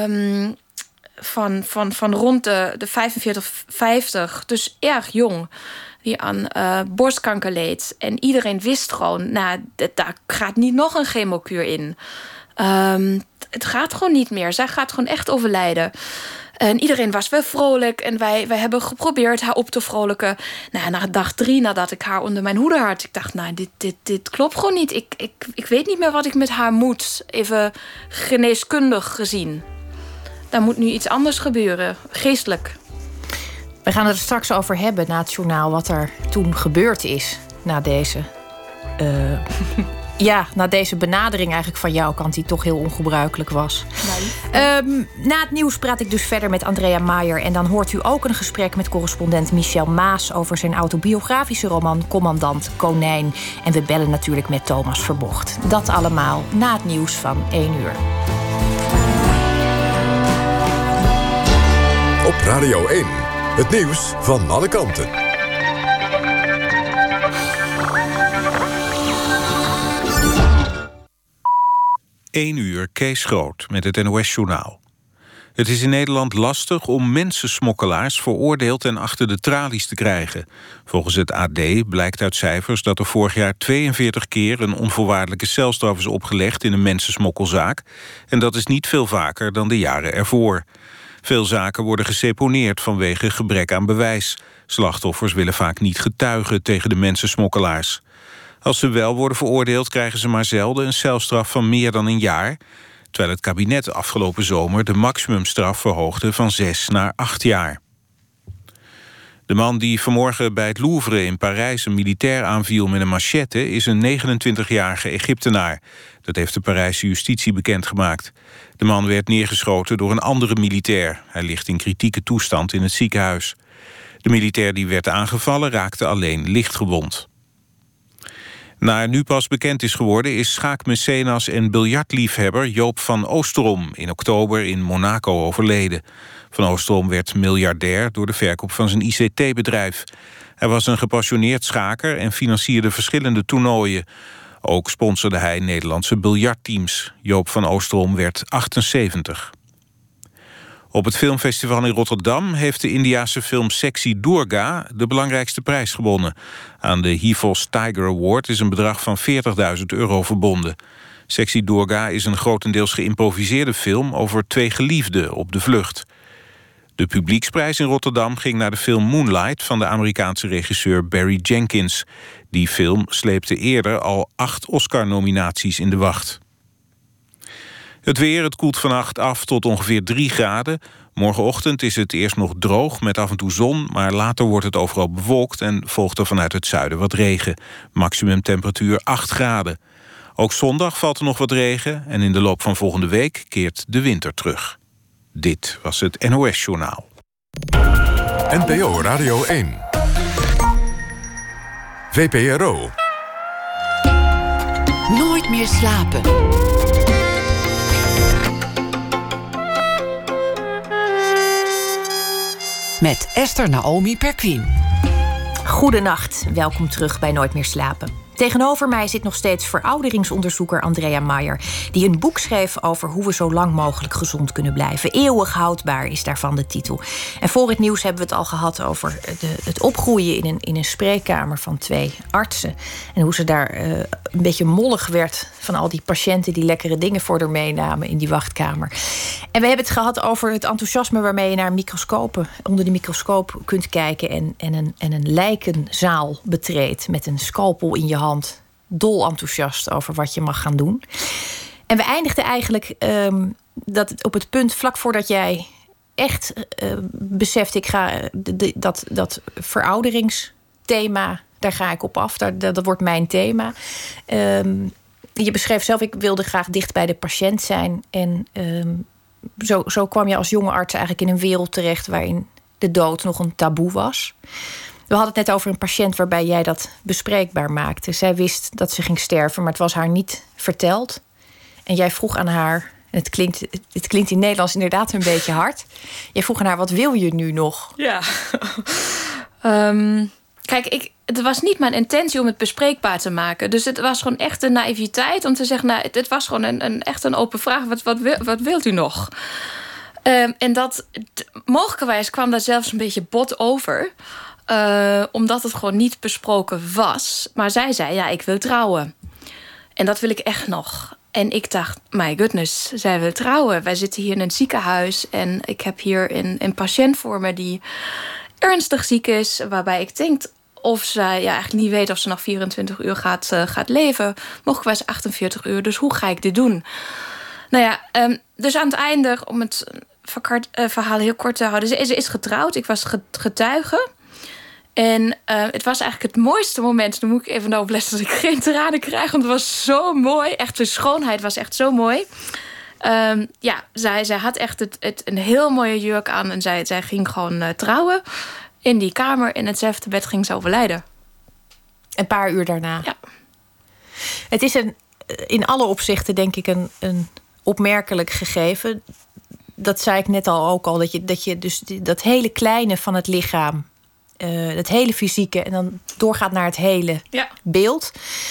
van rond de 45, 50. Dus erg jong. Die aan borstkanker leed. En iedereen wist gewoon, daar gaat niet nog een chemokuur in. Het gaat gewoon niet meer. Zij gaat gewoon echt overlijden. En iedereen was wel vrolijk. En wij hebben geprobeerd haar op te vrolijken. Na dag 3, nadat ik haar onder mijn hoede had. Ik dacht, dit klopt gewoon niet. Ik weet niet meer wat ik met haar moet. Even geneeskundig gezien. Daar moet nu iets anders gebeuren. Geestelijk. We gaan het er straks over hebben na het journaal wat er toen gebeurd is na deze na deze benadering eigenlijk van jouw kant, die toch heel ongebruikelijk was. Na het nieuws praat ik dus verder met Andrea Maier. En dan hoort u ook een gesprek met correspondent Michel Maas over zijn autobiografische roman Commandant Konijn. En we bellen natuurlijk met Thomas Verbocht. Dat allemaal na het nieuws van 1 uur. Op Radio 1, het nieuws van alle kanten. 1 uur, Kees Groot met het NOS-journaal. Het is in Nederland lastig om mensensmokkelaars veroordeeld en achter de tralies te krijgen. Volgens het AD blijkt uit cijfers dat er vorig jaar 42 keer een onvoorwaardelijke celstraf is opgelegd in een mensensmokkelzaak. En dat is niet veel vaker dan de jaren ervoor. Veel zaken worden geseponeerd vanwege gebrek aan bewijs. Slachtoffers willen vaak niet getuigen tegen de mensensmokkelaars. Als ze wel worden veroordeeld, krijgen ze maar zelden een celstraf van meer dan een jaar, terwijl het kabinet afgelopen zomer de maximumstraf verhoogde van 6 naar 8 jaar. De man die vanmorgen bij het Louvre in Parijs een militair aanviel met een machette is een 29-jarige Egyptenaar. Dat heeft de Parijse justitie bekendgemaakt. De man werd neergeschoten door een andere militair. Hij ligt in kritieke toestand in het ziekenhuis. De militair die werd aangevallen raakte alleen licht gewond. Naar nu pas bekend is geworden is schaakmecenas en biljartliefhebber Joop van Oosterom in oktober in Monaco overleden. Van Oosterom werd miljardair door de verkoop van zijn ICT-bedrijf. Hij was een gepassioneerd schaker en financierde verschillende toernooien. Ook sponsorde hij Nederlandse biljartteams. Joop van Oosterom werd 78. Op het filmfestival in Rotterdam heeft de Indiase film Sexy Durga de belangrijkste prijs gewonnen. Aan de HIVOS Tiger Award is een bedrag van €40.000 verbonden. Sexy Durga is een grotendeels geïmproviseerde film over 2 geliefden op de vlucht. De publieksprijs in Rotterdam ging naar de film Moonlight van de Amerikaanse regisseur Barry Jenkins. Die film sleepte eerder al 8 Oscar-nominaties in de wacht. Het weer, het koelt vannacht af tot ongeveer 3 graden. Morgenochtend is het eerst nog droog met af en toe zon, maar later wordt het overal bewolkt en volgt er vanuit het zuiden wat regen. Maximumtemperatuur 8 graden. Ook zondag valt er nog wat regen en in de loop van volgende week keert de winter terug. Dit was het NOS-journaal. NPO Radio 1. VPRO. Nooit meer slapen. Met Esther Naomi Perquin. Goedenacht, welkom terug bij Nooit meer slapen. Tegenover mij zit nog steeds verouderingsonderzoeker Andrea Maier, die een boek schreef over hoe we zo lang mogelijk gezond kunnen blijven. Eeuwig houdbaar is daarvan de titel. En voor het nieuws hebben we het al gehad over het opgroeien in een spreekkamer van 2 artsen. En hoe ze daar een beetje mollig werd van al die patiënten die lekkere dingen voor haar meenamen in die wachtkamer. En we hebben het gehad over het enthousiasme waarmee je naar microscopen, onder de microscoop kunt kijken en een lijkenzaal betreedt met een scalpel in je hand. Dol enthousiast over wat je mag gaan doen. En we eindigden eigenlijk op het punt vlak voordat jij echt beseft, ik ga dat verouderingsthema, daar ga ik op af. Dat wordt mijn thema. Je beschreef zelf, ik wilde graag dicht bij de patiënt zijn. En zo kwam je als jonge arts eigenlijk in een wereld terecht waarin de dood nog een taboe was. We hadden het net over een patiënt waarbij jij dat bespreekbaar maakte. Zij wist dat ze ging sterven, maar het was haar niet verteld. En jij vroeg aan haar, het klinkt in Nederlands inderdaad een beetje hard. Jij vroeg aan haar, wat wil je nu nog? Ja. Kijk, het was niet mijn intentie om het bespreekbaar te maken. Dus het was gewoon echt een naïviteit om te zeggen, nou, het was gewoon echt een open vraag. Wat wilt u nog? En dat mogelijkerwijs kwam dat zelfs een beetje bot over. Omdat het gewoon niet besproken was. Maar zij zei, ja, ik wil trouwen. En dat wil ik echt nog. En ik dacht, my goodness, zij wil trouwen. Wij zitten hier in een ziekenhuis. En ik heb hier een patiënt voor me die ernstig ziek is. Waarbij ik denk, of zij eigenlijk niet weet of ze nog 24 uur gaat leven. Mogelijkwijs 48 uur. Dus hoe ga ik dit doen? Nou ja, dus aan het einde, om het verhaal heel kort te houden. Ze is getrouwd. Ik was getuige. En het was eigenlijk het mooiste moment. Dan moet ik even opletten dat ik geen tranen krijg. Want het was zo mooi. Echt, de schoonheid was echt zo mooi. Zij had echt een heel mooie jurk aan. En zij ging gewoon trouwen in die kamer. In hetzelfde bed ging ze overlijden. Een paar uur daarna. Ja. Het is in alle opzichten denk ik een opmerkelijk gegeven. Dat zei ik net ook al. Dat je dus dat hele kleine van het lichaam... het hele fysieke en dan doorgaat naar het hele beeld.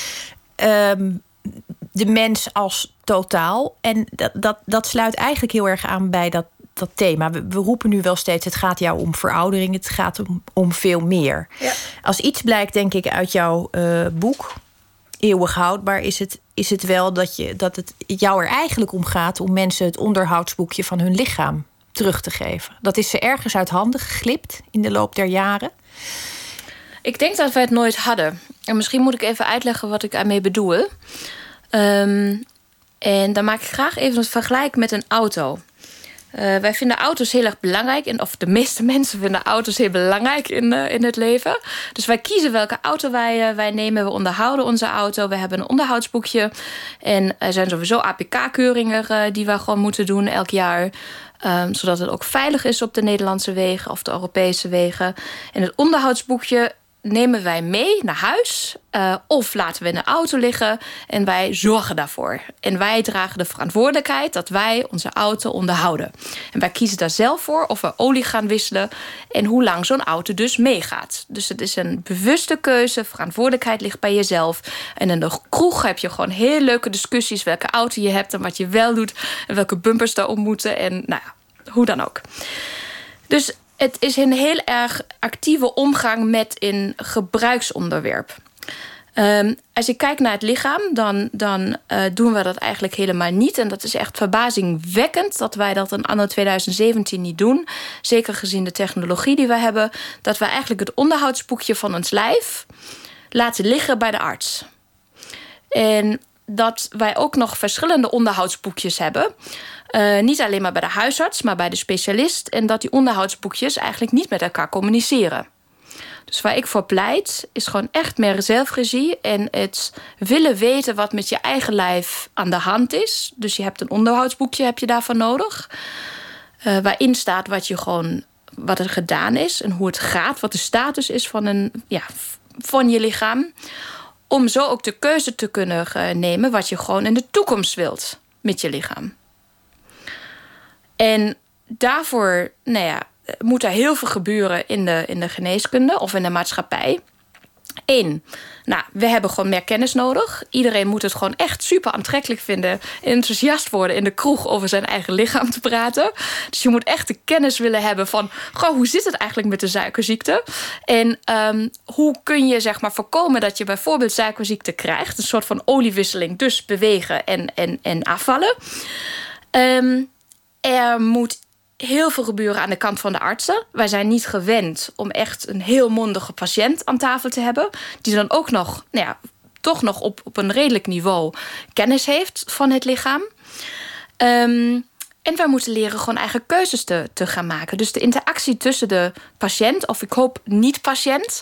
De mens als totaal. En dat sluit eigenlijk heel erg aan bij dat thema. We roepen nu wel steeds, het gaat jou om veroudering. Het gaat om veel meer. Ja. Als iets blijkt, denk ik, uit jouw boek... Eeuwig houdbaar, is het wel dat het jou er eigenlijk om gaat... om mensen het onderhoudsboekje van hun lichaam terug te geven. Dat is ze ergens uit handen geglipt in de loop der jaren. Ik denk dat wij het nooit hadden. En misschien moet ik even uitleggen wat ik daarmee bedoel. En dan maak ik graag even een vergelijk met een auto. Wij vinden auto's heel erg belangrijk. Of de meeste mensen vinden auto's heel belangrijk in het leven. Dus wij kiezen welke auto wij nemen. We onderhouden onze auto. We hebben een onderhoudsboekje. En er zijn sowieso APK-keuringen die we gewoon moeten doen elk jaar. Zodat het ook veilig is op de Nederlandse wegen of de Europese wegen. En het onderhoudsboekje nemen wij mee naar huis. Of laten we in de auto liggen. En wij zorgen daarvoor. En wij dragen de verantwoordelijkheid dat wij onze auto onderhouden. En wij kiezen daar zelf voor of we olie gaan wisselen. En hoe lang zo'n auto dus meegaat. Dus het is een bewuste keuze. Verantwoordelijkheid ligt bij jezelf. En in de kroeg heb je gewoon heel leuke discussies. Welke auto je hebt en wat je wel doet. En welke bumpers daarop moeten. En nou ja, hoe dan ook. Dus het is een heel erg actieve omgang met een gebruiksonderwerp. Als je kijkt naar het lichaam, dan doen we dat eigenlijk helemaal niet. En dat is echt verbazingwekkend dat wij dat in anno 2017 niet doen. Zeker gezien de technologie die we hebben. Dat we eigenlijk het onderhoudsboekje van ons lijf laten liggen bij de arts. En dat wij ook nog verschillende onderhoudsboekjes hebben. Niet alleen maar bij de huisarts, maar bij de specialist. En dat die onderhoudsboekjes eigenlijk niet met elkaar communiceren. Dus waar ik voor pleit, is gewoon echt meer zelfregie. En het willen weten wat met je eigen lijf aan de hand is. Dus je hebt een onderhoudsboekje heb je daarvoor nodig. Waarin staat wat er gedaan is en hoe het gaat. Wat de status is van je lichaam. Om zo ook de keuze te kunnen nemen wat je gewoon in de toekomst wilt met je lichaam. En daarvoor moet er heel veel gebeuren in de geneeskunde of in de maatschappij. We hebben gewoon meer kennis nodig. Iedereen moet het gewoon echt super aantrekkelijk vinden en enthousiast worden in de kroeg over zijn eigen lichaam te praten. Dus je moet echt de kennis willen hebben van, hoe zit het eigenlijk met de suikerziekte? En hoe kun je voorkomen dat je bijvoorbeeld suikerziekte krijgt? Een soort van oliewisseling, dus bewegen en afvallen. Er moet heel veel gebeuren aan de kant van de artsen. Wij zijn niet gewend om echt een heel mondige patiënt aan tafel te hebben. Die dan ook nog, toch nog op een redelijk niveau kennis heeft van het lichaam. En wij moeten leren gewoon eigen keuzes te gaan maken. Dus de interactie tussen de patiënt, of ik hoop niet-patiënt,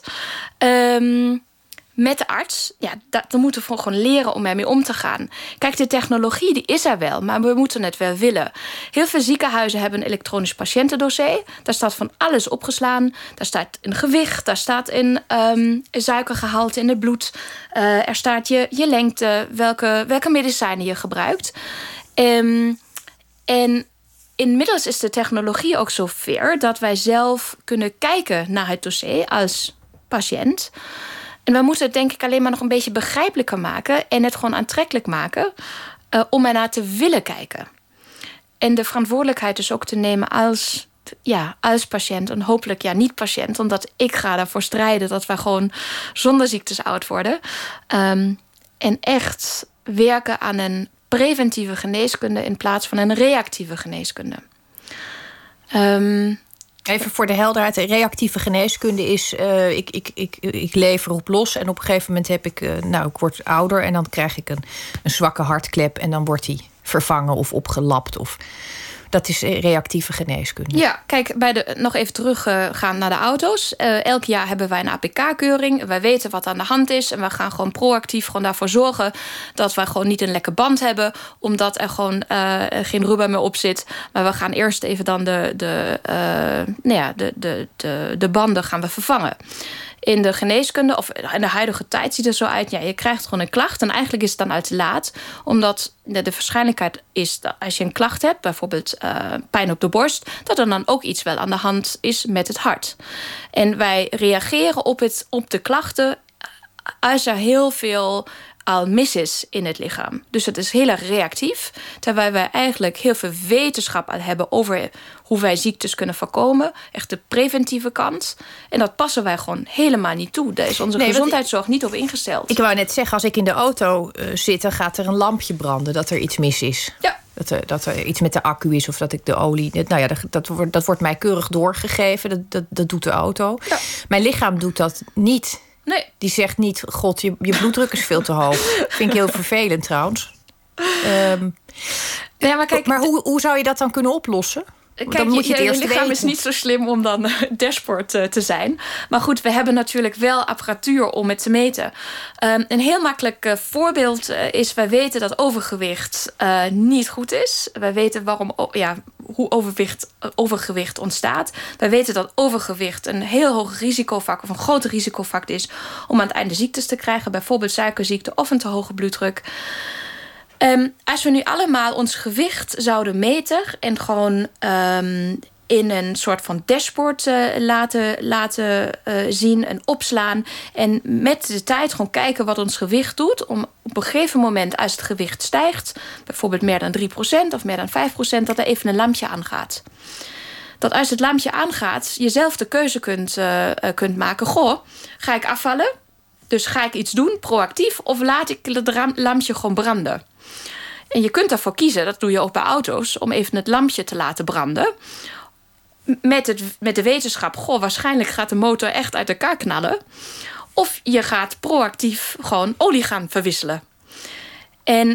met de arts, dan moeten we gewoon leren om ermee om te gaan. Kijk, de technologie die is er wel, maar we moeten het wel willen. Heel veel ziekenhuizen hebben een elektronisch patiëntendossier. Daar staat van alles opgeslaan. Daar staat een gewicht, daar staat een suikergehalte in het bloed. Er staat je lengte, welke medicijnen je gebruikt. En inmiddels is de technologie ook zo ver dat wij zelf kunnen kijken naar het dossier als patiënt. En we moeten het denk ik alleen maar nog een beetje begrijpelijker maken en het gewoon aantrekkelijk maken om ernaar te willen kijken. En de verantwoordelijkheid dus ook te nemen als patiënt en hopelijk niet-patiënt. Omdat ik ga daarvoor strijden dat wij gewoon zonder ziektes oud worden. En echt werken aan een preventieve geneeskunde in plaats van een reactieve geneeskunde. Even voor de helderheid, reactieve geneeskunde is, ik lever op los en op een gegeven moment heb ik, ik word ouder en dan krijg ik een zwakke hartklep en dan wordt die vervangen of opgelapt. Dat is reactieve geneeskunde. Ja, kijk, nog even teruggaan naar de auto's. Elk jaar hebben wij een APK-keuring. Wij weten wat aan de hand is. En we gaan gewoon proactief daarvoor zorgen dat wij gewoon niet een lekke band hebben. Omdat er gewoon geen rubber meer op zit. Maar we gaan eerst even dan de banden gaan we vervangen. In de geneeskunde, of in de huidige tijd ziet het zo uit... je krijgt gewoon een klacht en eigenlijk is het dan al te laat. Omdat de waarschijnlijkheid is dat als je een klacht hebt... bijvoorbeeld pijn op de borst... dat er dan ook iets wel aan de hand is met het hart. En wij reageren op de klachten... als er heel veel al mis is in het lichaam. Dus het is heel erg reactief. Terwijl wij eigenlijk heel veel wetenschap al hebben... over hoe wij ziektes kunnen voorkomen. Echt de preventieve kant. En dat passen wij gewoon helemaal niet toe. Daar is onze gezondheidszorg niet op ingesteld. Ik wou net zeggen, als ik in de auto zit... dan gaat er een lampje branden dat er iets mis is. Ja. Dat er iets met de accu is of dat ik de olie... dat wordt mij keurig doorgegeven. Dat doet de auto. Ja. Mijn lichaam doet dat niet... Nee. Die zegt niet, god, je bloeddruk is veel te hoog. Vind ik heel vervelend trouwens. Maar kijk, hoe zou je dat dan kunnen oplossen? Kijk, dan moet je lichaam is niet zo slim om dan dashboard te zijn. Maar goed, we hebben natuurlijk wel apparatuur om het te meten. Een heel makkelijk voorbeeld is... wij weten dat overgewicht niet goed is. Wij weten hoe overgewicht ontstaat. Wij weten dat overgewicht een heel hoog risicofactor... of een grote risicofactor is om aan het einde ziektes te krijgen. Bijvoorbeeld suikerziekte of een te hoge bloeddruk. Als we nu allemaal ons gewicht zouden meten... en gewoon in een soort van dashboard laten zien en opslaan... en met de tijd gewoon kijken wat ons gewicht doet... om op een gegeven moment, als het gewicht stijgt... bijvoorbeeld meer dan 3% of meer dan 5%... dat er even een lampje aangaat. Dat als het lampje aangaat, je zelf de keuze kunt maken... goh, ga ik afvallen? Dus ga ik iets doen, proactief... of laat ik het lampje gewoon branden? En je kunt daarvoor kiezen, dat doe je ook bij auto's... om even het lampje te laten branden. Met de wetenschap, waarschijnlijk gaat de motor echt uit elkaar knallen. Of je gaat proactief gewoon olie gaan verwisselen. En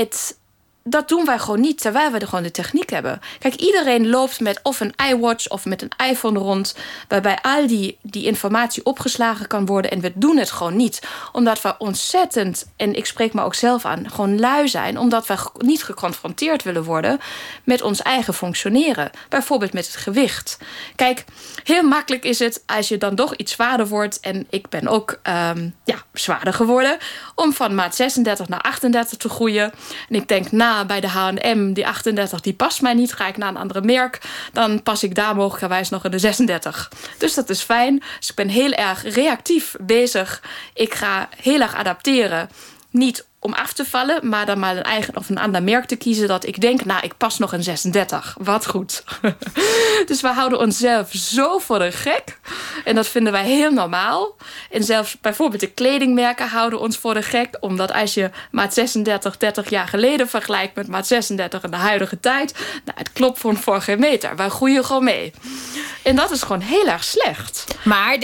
dat doen wij gewoon niet, terwijl we gewoon de techniek hebben. Kijk, iedereen loopt met of een iWatch of met een iPhone rond... waarbij al die informatie opgeslagen kan worden. En we doen het gewoon niet. Omdat we ontzettend, en ik spreek me ook zelf aan... gewoon lui zijn, omdat we niet geconfronteerd willen worden... met ons eigen functioneren. Bijvoorbeeld met het gewicht. Kijk, heel makkelijk is het als je dan toch iets zwaarder wordt... en ik ben ook zwaarder geworden... om van maat 36 naar 38 te groeien. En ik denk, bij de H&M, die 38, die past mij niet. Ga ik naar een andere merk, dan pas ik daar mogelijkerwijs nog in de 36. Dus dat is fijn. Dus ik ben heel erg reactief bezig. Ik ga heel erg adapteren. Niet om af te vallen, maar dan maar een eigen of een ander merk te kiezen... dat ik denk, ik pas nog een 36. Wat goed. Dus we houden onszelf zo voor de gek. En dat vinden wij heel normaal. En zelfs bijvoorbeeld de kledingmerken houden ons voor de gek. Omdat als je maat 36 30 jaar geleden vergelijkt... met maat 36 in de huidige tijd... het klopt voor geen meter. Wij groeien gewoon mee. En dat is gewoon heel erg slecht. Maar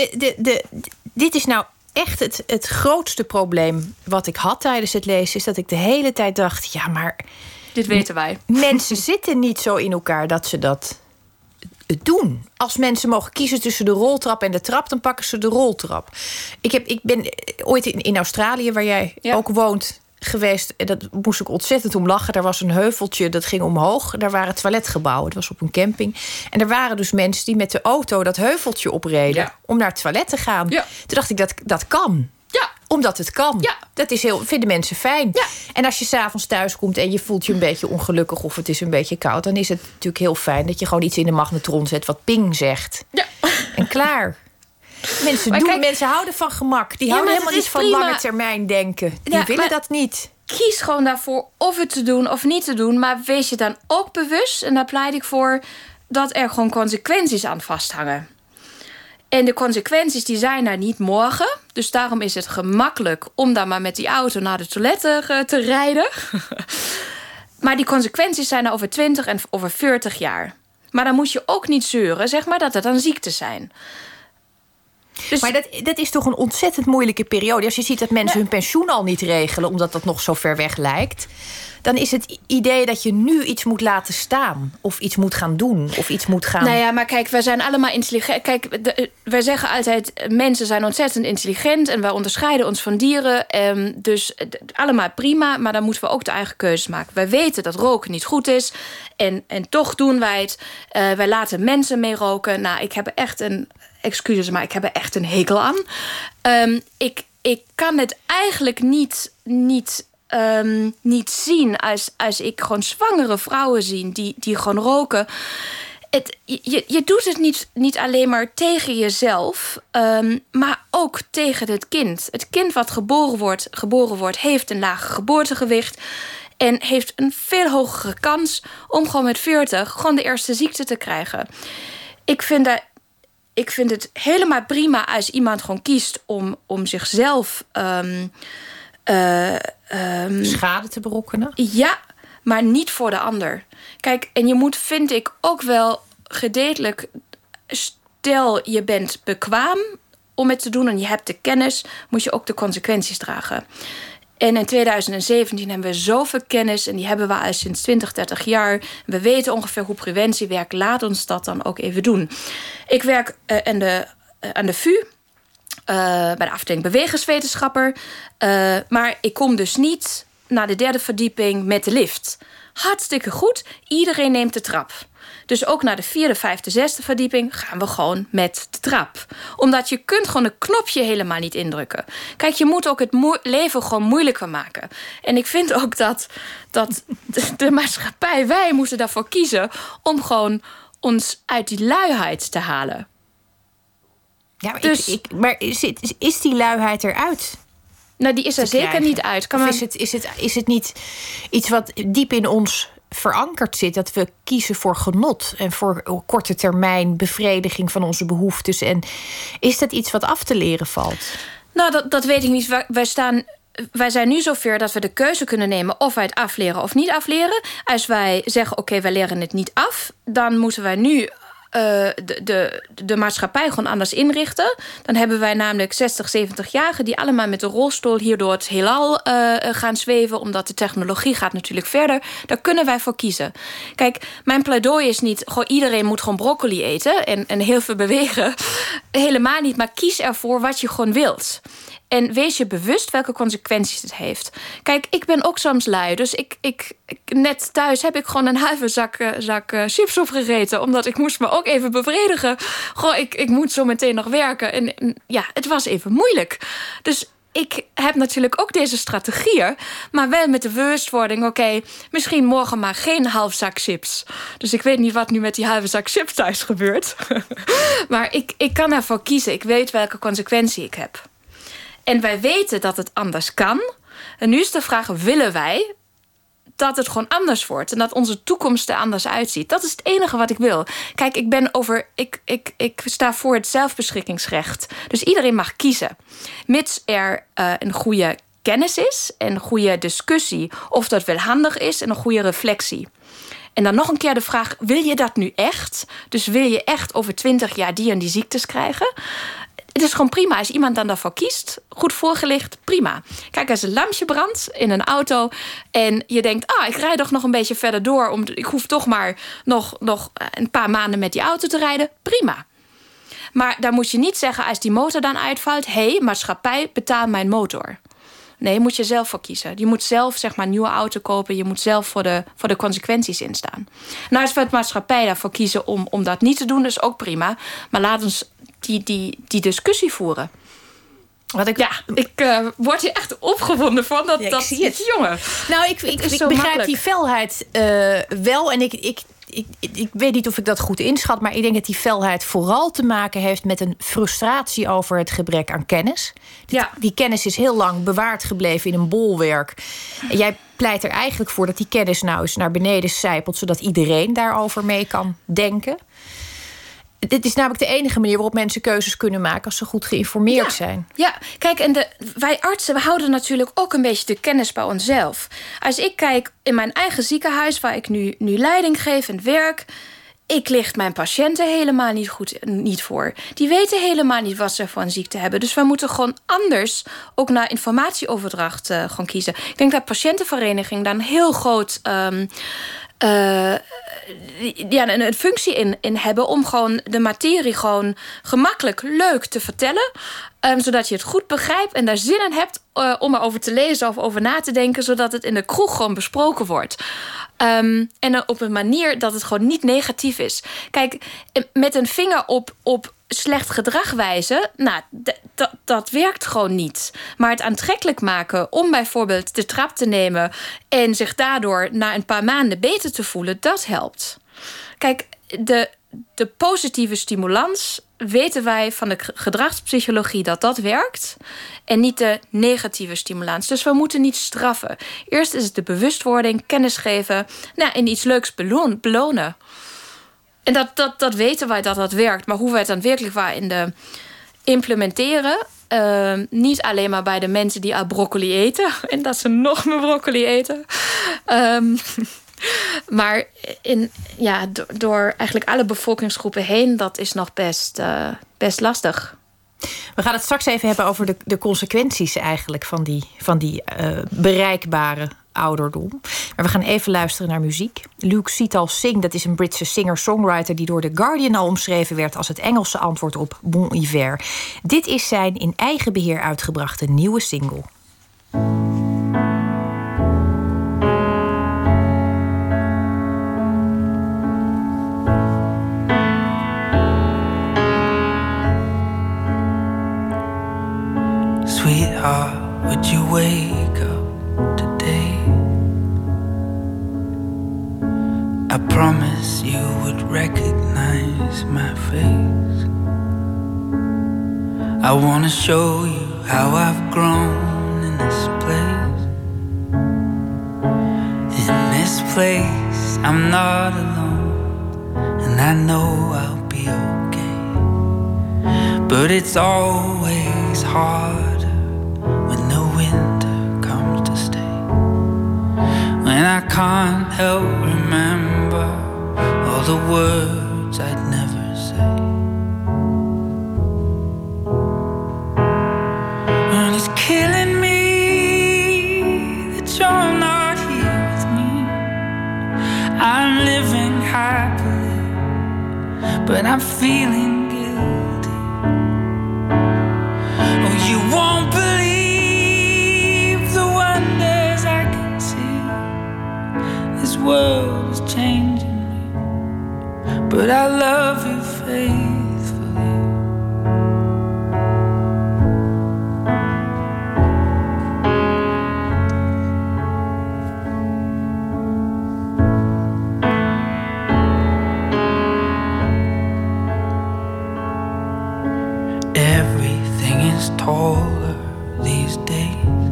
dit is nou... echt het grootste probleem wat ik had tijdens het lezen... is dat ik de hele tijd dacht, maar... dit weten wij. Mensen zitten niet zo in elkaar dat ze dat doen. Als mensen mogen kiezen tussen de roltrap en de trap... dan pakken ze de roltrap. Ik ben ooit in Australië, waar jij ook woont... geweest. En dat moest ik ontzettend om lachen. Daar was een heuveltje, dat ging omhoog. Daar waren toiletgebouwen. Het was op een camping. En er waren dus mensen die met de auto dat heuveltje opreden... om naar het toilet te gaan. Ja. Toen dacht ik, dat kan. Ja. Omdat het kan. Ja. Dat is vinden mensen fijn. Ja. En als je 's avonds thuis komt en je voelt je een beetje ongelukkig... of het is een beetje koud, dan is het natuurlijk heel fijn... dat je gewoon iets in de magnetron zet wat ping zegt. Ja. En klaar. Mensen houden van gemak. Die houden helemaal niet van lange termijn denken. Die willen dat niet. Kies gewoon daarvoor of het te doen of niet te doen. Maar wees je dan ook bewust, en daar pleit ik voor... dat er gewoon consequenties aan vasthangen. En de consequenties die zijn er niet morgen. Dus daarom is het gemakkelijk om dan maar met die auto naar de toilet te rijden. Maar die consequenties zijn er over 20 en over 40 jaar. Maar dan moet je ook niet zeuren, zeg maar, dat het dan ziektes zijn. Dus, maar dat is toch een ontzettend moeilijke periode. Als je ziet dat mensen hun pensioen al niet regelen, omdat dat nog zo ver weg lijkt, dan is het idee dat je nu iets moet laten staan, of iets moet gaan doen, of iets moet gaan. Nou ja, maar kijk, wij zijn allemaal intelligent. Kijk, wij zeggen altijd, mensen zijn ontzettend intelligent en wij onderscheiden ons van dieren. Dus allemaal prima, maar dan moeten we ook de eigen keuzes maken. Wij weten dat roken niet goed is en toch doen wij het. Wij laten mensen mee roken. Nou, ik heb echt excuses, maar ik heb er echt een hekel aan. Ik kan het eigenlijk niet zien als ik gewoon zwangere vrouwen zie die gewoon roken. Je doet het niet alleen maar tegen jezelf, maar ook tegen het kind. Het kind wat geboren wordt heeft een lager geboortegewicht en heeft een veel hogere kans om gewoon met 40 gewoon de eerste ziekte te krijgen. Ik vind het helemaal prima als iemand gewoon kiest om zichzelf schade te berokkenen? Ja, maar niet voor de ander. Kijk, en je moet, vind ik, ook wel gedeeltelijk, stel je bent bekwaam om het te doen en je hebt de kennis, moet je ook de consequenties dragen. En in 2017 hebben we zoveel kennis en die hebben we al sinds 20, 30 jaar. We weten ongeveer hoe preventie werkt. Laat ons dat dan ook even doen. Ik werk aan de VU, bij de afdeling bewegingswetenschapper. Maar ik kom dus niet naar de 3e verdieping met de lift. Hartstikke goed, iedereen neemt de trap. Dus ook naar de 4e, 5e, 6e verdieping gaan we gewoon met de trap. Omdat je kunt gewoon een knopje helemaal niet indrukken. Kijk, je moet ook het leven gewoon moeilijker maken. En ik vind ook dat de maatschappij, wij moeten daarvoor kiezen om gewoon ons uit die luiheid te halen. Ja, maar is die luiheid eruit? Nou, die is er zeker niet uit. Is het niet iets wat diep in ons verankerd zit, dat we kiezen voor genot en voor korte termijn bevrediging van onze behoeftes? En is dat iets wat af te leren valt? Nou, dat weet ik niet. Wij zijn nu zover dat we de keuze kunnen nemen of wij het afleren of niet afleren. Als wij zeggen, oké, wij leren het niet af, dan moeten wij nu de maatschappij gewoon anders inrichten. Dan hebben wij namelijk 60, 70-jarigen die allemaal met de rolstoel hier door het heelal gaan zweven, omdat de technologie gaat natuurlijk verder. Daar kunnen wij voor kiezen. Kijk, mijn pleidooi is niet, gewoon iedereen moet gewoon broccoli eten en heel veel bewegen. Helemaal niet, maar kies ervoor wat je gewoon wilt. En wees je bewust welke consequenties het heeft. Kijk, ik ben ook soms lui. Dus ik net thuis heb ik gewoon een halve zak chips opgegeten. Omdat ik moest me ook even bevredigen. Goh, ik moet zo meteen nog werken. En ja, het was even moeilijk. Dus ik heb natuurlijk ook deze strategieën. Maar wel met de bewustwording. Oké, misschien morgen maar geen half zak chips. Dus ik weet niet wat nu met die halve zak chips thuis gebeurt. Maar ik kan ervoor kiezen. Ik weet welke consequentie ik heb. En wij weten dat het anders kan. En nu is de vraag, willen wij dat het gewoon anders wordt? En dat onze toekomst er anders uitziet? Dat is het enige wat ik wil. Kijk, ik sta voor het zelfbeschikkingsrecht. Dus iedereen mag kiezen. Mits er een goede kennis is en een goede discussie of dat wel handig is en een goede reflectie. En dan nog een keer de vraag, wil je dat nu echt? Dus wil je echt over 20 jaar die en die ziektes krijgen? Het is gewoon prima als iemand dan daarvoor kiest. Goed voorgelicht, prima. Kijk, als een lampje brandt in een auto en je denkt, ik rijd toch nog een beetje verder door, ik hoef toch maar nog een paar maanden met die auto te rijden, prima. Maar dan moet je niet zeggen, als die motor dan uitvalt, maatschappij, betaal mijn motor. Nee, moet je zelf voor kiezen. Je moet zelf zeg maar een nieuwe auto kopen. Je moet zelf voor de consequenties instaan. Nou, als we het maatschappij daarvoor kiezen om dat niet te doen, is ook prima. Maar laat ons die discussie voeren. Ik word hier echt opgewonden van. Dat zie het. Jongen. Nou, ik begrijp makkelijk die felheid wel. En ik weet niet of ik dat goed inschat, maar ik denk dat die felheid vooral te maken heeft met een frustratie over het gebrek aan kennis. Die kennis is heel lang bewaard gebleven in een bolwerk. En jij pleit er eigenlijk voor dat die kennis nou eens naar beneden sijpelt, zodat iedereen daarover mee kan denken. Dit is namelijk de enige manier waarop mensen keuzes kunnen maken als ze goed geïnformeerd zijn. Ja, kijk, en wij artsen, we houden natuurlijk ook een beetje de kennis bij onszelf. Als ik kijk in mijn eigen ziekenhuis, waar ik nu leiding geef en werk, ik licht mijn patiënten helemaal niet voor. Die weten helemaal niet wat ze voor een ziekte hebben. Dus we moeten gewoon anders ook naar informatieoverdracht gaan kiezen. Ik denk dat patiëntenvereniging daar een heel groot een functie in hebben om gewoon de materie gewoon gemakkelijk leuk te vertellen. Zodat je het goed begrijpt en daar zin in hebt om erover te lezen of over na te denken, zodat het in de kroeg gewoon besproken wordt. En dan op een manier dat het gewoon niet negatief is. Kijk, met een vinger op slecht gedrag wijzen, nou, dat werkt gewoon niet. Maar het aantrekkelijk maken om bijvoorbeeld de trap te nemen en zich daardoor na een paar maanden beter te voelen, dat helpt. Kijk, de positieve stimulans weten wij van de gedragspsychologie dat werkt. En niet de negatieve stimulans. Dus we moeten niet straffen. Eerst is het de bewustwording, kennis geven. Nou, en iets leuks belonen. En dat weten wij dat werkt. Maar hoe wij het dan werkelijk waar in de implementeren. Niet alleen maar bij de mensen die al broccoli eten. En dat ze nog meer broccoli eten. Maar door eigenlijk alle bevolkingsgroepen heen, dat is nog best lastig. We gaan het straks even hebben over de consequenties eigenlijk van die bereikbare ouderdom. Maar we gaan even luisteren naar muziek. Luke Sital Singh, dat is een Britse singer-songwriter die door The Guardian al omschreven werd als het Engelse antwoord op Bon Iver. Dit is zijn in eigen beheer uitgebrachte nieuwe single. Sweetheart, would you wake up today? I promise you would recognize my face. I wanna show you how I've grown in this place. In this place, I'm not alone, and I know I'll be okay. But it's always hard when the winter comes to stay, when I can't help remember all the words I'd never say. And it's killing me that you're not here with me. I'm living happily, but I'm feeling guilty. Oh, you won't believe the wonders I can see. This world is changing me, but I love you faithfully. Everything is taller these days,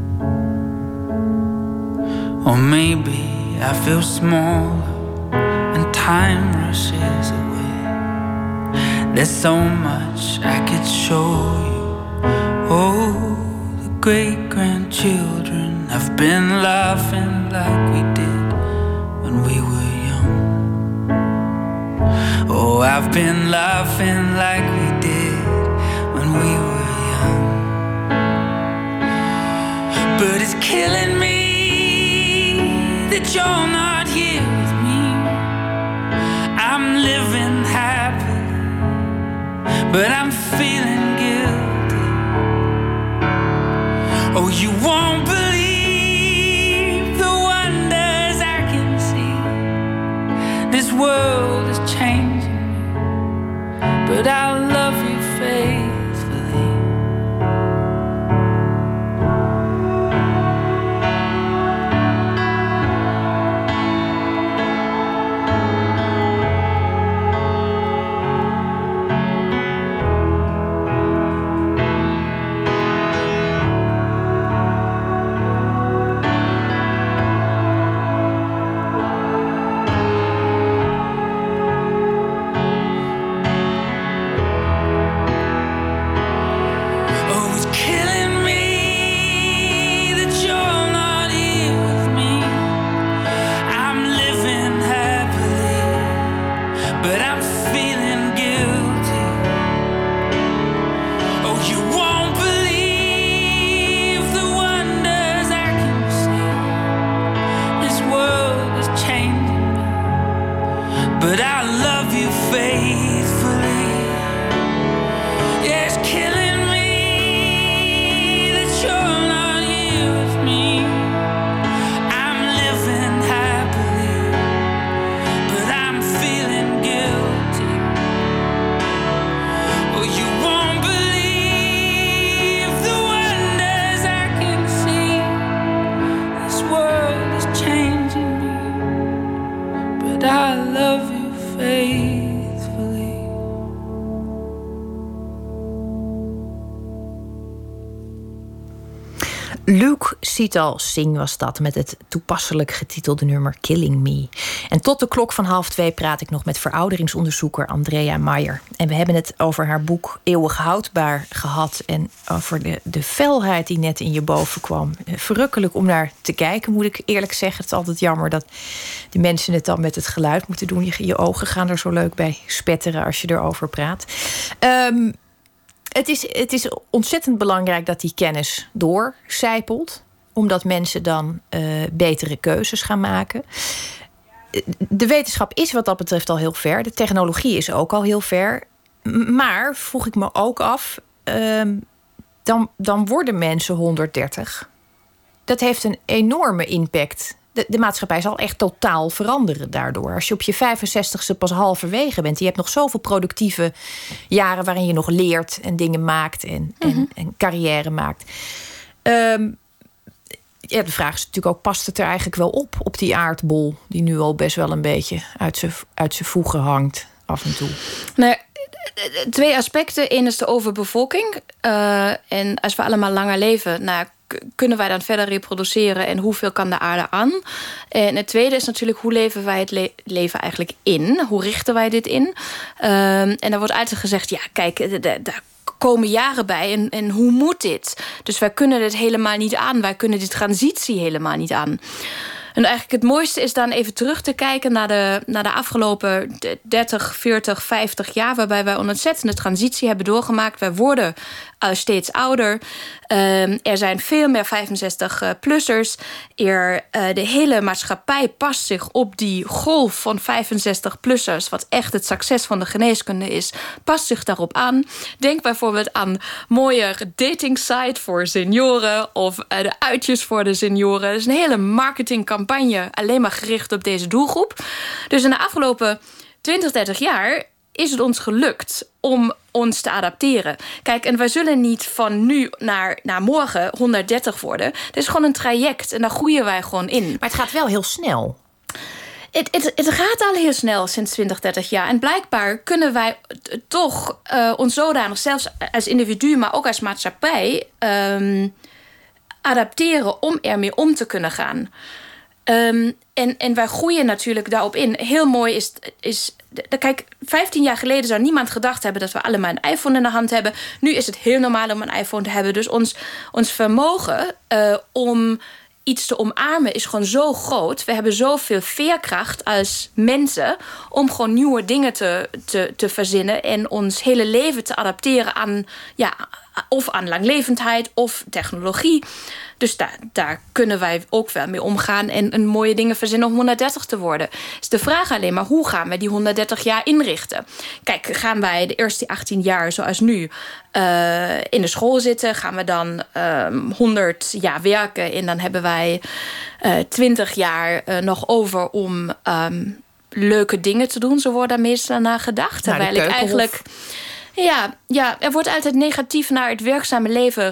or maybe I feel smaller and time rushes away. There's so much I could show you. Oh, the great-grandchildren have been laughing like we did when we were young. Oh, I've been laughing like we did when we were young. But it's killing me that you're not here with me. I'm living happy, but I'm feeling guilty. Oh, you won't believe the wonders I can see. This world is changing me, but I'll love you faithfully. boek. Sital Singh was dat, met het toepasselijk getitelde nummer Killing Me. En tot de klok van 1:30 praat ik nog met verouderingsonderzoeker Andrea Meijer. En we hebben het over haar boek Eeuwig Houdbaar gehad. En over de felheid die net in je boven kwam. Verrukkelijk om naar te kijken, moet ik eerlijk zeggen. Het is altijd jammer dat de mensen het dan met het geluid moeten doen. Je ogen gaan er zo leuk bij spetteren als je erover praat. Het is ontzettend belangrijk dat die kennis doorcijpelt. Omdat mensen dan betere keuzes gaan maken. De wetenschap is wat dat betreft al heel ver. De technologie is ook al heel ver. Maar, vroeg ik me ook af, dan worden mensen 130. Dat heeft een enorme impact. De maatschappij zal echt totaal veranderen daardoor. Als je op je 65ste pas halverwege bent. Je hebt nog zoveel productieve jaren waarin je nog leert en dingen maakt en carrière maakt. De vraag is natuurlijk ook, past het er eigenlijk wel op die aardbol die nu al best wel een beetje uit zijn voegen hangt af en toe? Nee, 2 aspecten. Eén is de overbevolking. En als we allemaal langer leven, kunnen wij dan verder reproduceren en hoeveel kan de aarde aan? En het tweede is natuurlijk, hoe leven wij het leven eigenlijk in? Hoe richten wij dit in? En daar wordt altijd gezegd, ja, kijk, daar komen jaren bij en hoe moet dit? Dus wij kunnen dit helemaal niet aan. Wij kunnen die transitie helemaal niet aan. En eigenlijk het mooiste is dan even terug te kijken naar de afgelopen 30, 40, 50 jaar... waarbij wij een ontzettende transitie hebben doorgemaakt. Wij worden steeds ouder. Er zijn veel meer 65-plussers. De hele maatschappij past zich op die golf van 65-plussers... wat echt het succes van de geneeskunde is, past zich daarop aan. Denk bijvoorbeeld aan mooie datingsite voor senioren... of de uitjes voor de senioren. Dat is een hele marketingcampagne alleen maar gericht op deze doelgroep. Dus in de afgelopen 20, 30 jaar is het ons gelukt om ons te adapteren. Kijk, en wij zullen niet van nu naar morgen 130 worden. Het is gewoon een traject en daar groeien wij gewoon in. Maar het gaat wel heel snel. Het gaat al heel snel sinds 20, 30 jaar. En blijkbaar kunnen wij toch ons zodanig, zelfs als individu, maar ook als maatschappij, adapteren om ermee om te kunnen gaan. En wij groeien natuurlijk daarop in. Heel mooi is kijk, 15 jaar geleden zou niemand gedacht hebben dat we allemaal een iPhone in de hand hebben. Nu is het heel normaal om een iPhone te hebben. Dus ons vermogen om iets te omarmen is gewoon zo groot. We hebben zoveel veerkracht als mensen om gewoon nieuwe dingen te verzinnen en ons hele leven te adapteren aan, of aan langlevendheid of technologie. Dus daar kunnen wij ook wel mee omgaan en mooie dingen verzinnen om 130 te worden. Dus de vraag alleen maar, hoe gaan we die 130 jaar inrichten? Kijk, gaan wij de eerste 18 jaar zoals nu in de school zitten? Gaan we dan 100 jaar werken en dan hebben wij 20 jaar nog over om leuke dingen te doen? Zo wordt daar meestal naar gedacht. Terwijl ik eigenlijk... Ja, er wordt altijd negatief naar het werkzame leven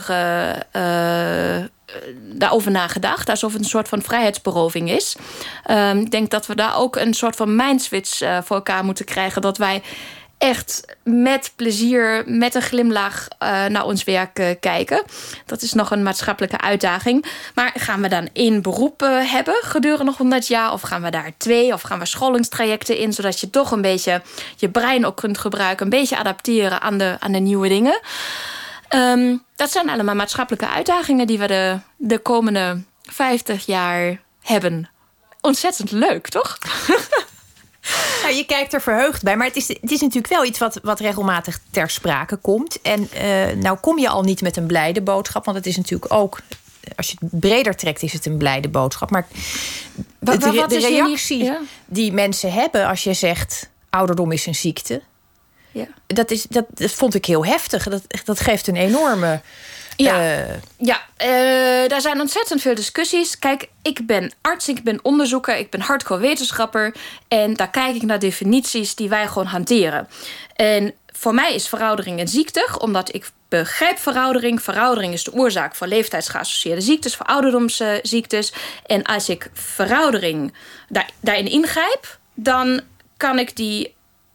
daarover nagedacht. Alsof het een soort van vrijheidsberoving is. Ik denk dat we daar ook een soort van mindswitch voor elkaar moeten krijgen. Dat wij echt met plezier, met een glimlach naar ons werk kijken. Dat is nog een maatschappelijke uitdaging. Maar gaan we dan 1 beroep hebben gedurende 100 jaar? Of gaan we daar 2? Of gaan we scholingstrajecten in? Zodat je toch een beetje je brein ook kunt gebruiken. Een beetje adapteren aan de nieuwe dingen. Dat zijn allemaal maatschappelijke uitdagingen die we de komende 50 jaar hebben. Ontzettend leuk, toch? Nou, je kijkt er verheugd bij, maar het is natuurlijk wel iets wat regelmatig ter sprake komt. En nou kom je al niet met een blijde boodschap, want het is natuurlijk ook, als je het breder trekt, is het een blijde boodschap. Maar de reactie die mensen hebben als je zegt, ouderdom is een ziekte, dat vond ik heel heftig. Dat geeft een enorme... Daar zijn ontzettend veel discussies. Kijk, ik ben arts, ik ben onderzoeker, ik ben hardcore wetenschapper. En daar kijk ik naar definities die wij gewoon hanteren. En voor mij is veroudering een ziekte, omdat ik begrijp veroudering. Veroudering is de oorzaak van leeftijdsgeassocieerde ziektes, voor ouderdomsziektes. En als ik veroudering daarin ingrijp, dan kan ik die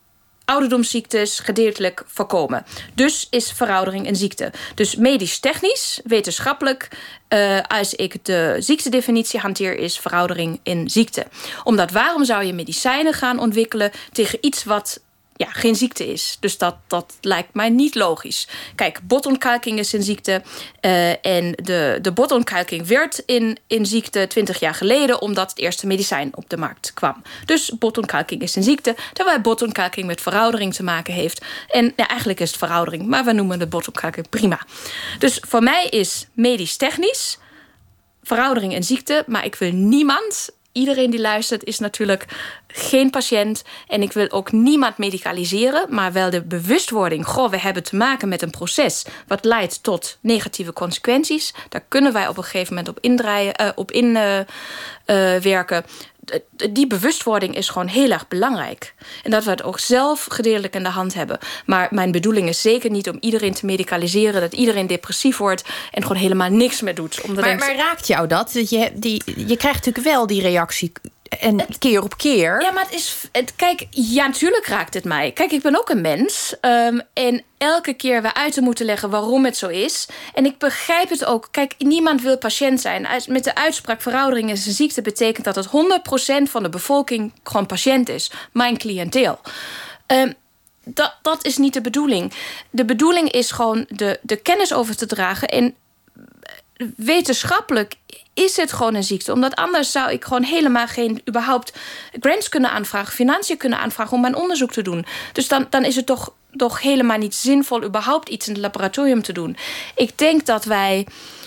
ouderdomsziektes gedeeltelijk voorkomen. Dus is veroudering een ziekte. Dus medisch-technisch, wetenschappelijk, als ik de ziektedefinitie hanteer, is veroudering een ziekte. Omdat waarom zou je medicijnen gaan ontwikkelen tegen iets wat geen ziekte is? Dus dat lijkt mij niet logisch. Kijk, botontkalking is een ziekte. En de botontkalking werd in ziekte 20 jaar geleden, omdat het eerste medicijn op de markt kwam. Dus botontkalking is een ziekte, terwijl botontkalking met veroudering te maken heeft. En eigenlijk is het veroudering, maar we noemen de botontkalking prima. Dus voor mij is medisch-technisch veroudering een ziekte, maar ik wil niemand... Iedereen die luistert is natuurlijk geen patiënt. En ik wil ook niemand medicaliseren. Maar wel de bewustwording. We hebben te maken met een proces wat leidt tot negatieve consequenties. Daar kunnen wij op een gegeven moment op inwerken. Die bewustwording is gewoon heel erg belangrijk. En dat we het ook zelf gedeeltelijk in de hand hebben. Maar mijn bedoeling is zeker niet om iedereen te medicaliseren, dat iedereen depressief wordt en gewoon helemaal niks meer doet. Maar raakt jou dat? Je krijgt natuurlijk wel die reactie en keer op keer. Ja, maar kijk, natuurlijk raakt het mij. Kijk, ik ben ook een mens. En elke keer weer uit te moeten leggen waarom het zo is. En ik begrijp het ook. Kijk, niemand wil patiënt zijn. Met de uitspraak veroudering is een ziekte betekent dat het 100% van de bevolking gewoon patiënt is. Mijn cliënteel. Dat is niet de bedoeling. De bedoeling is gewoon de kennis over te dragen. En wetenschappelijk is het gewoon een ziekte. Omdat anders zou ik gewoon helemaal geen überhaupt grants kunnen aanvragen, financiën kunnen aanvragen om mijn onderzoek te doen. Dus dan is het toch helemaal niet zinvol überhaupt iets in het laboratorium te doen. Ik denk dat wij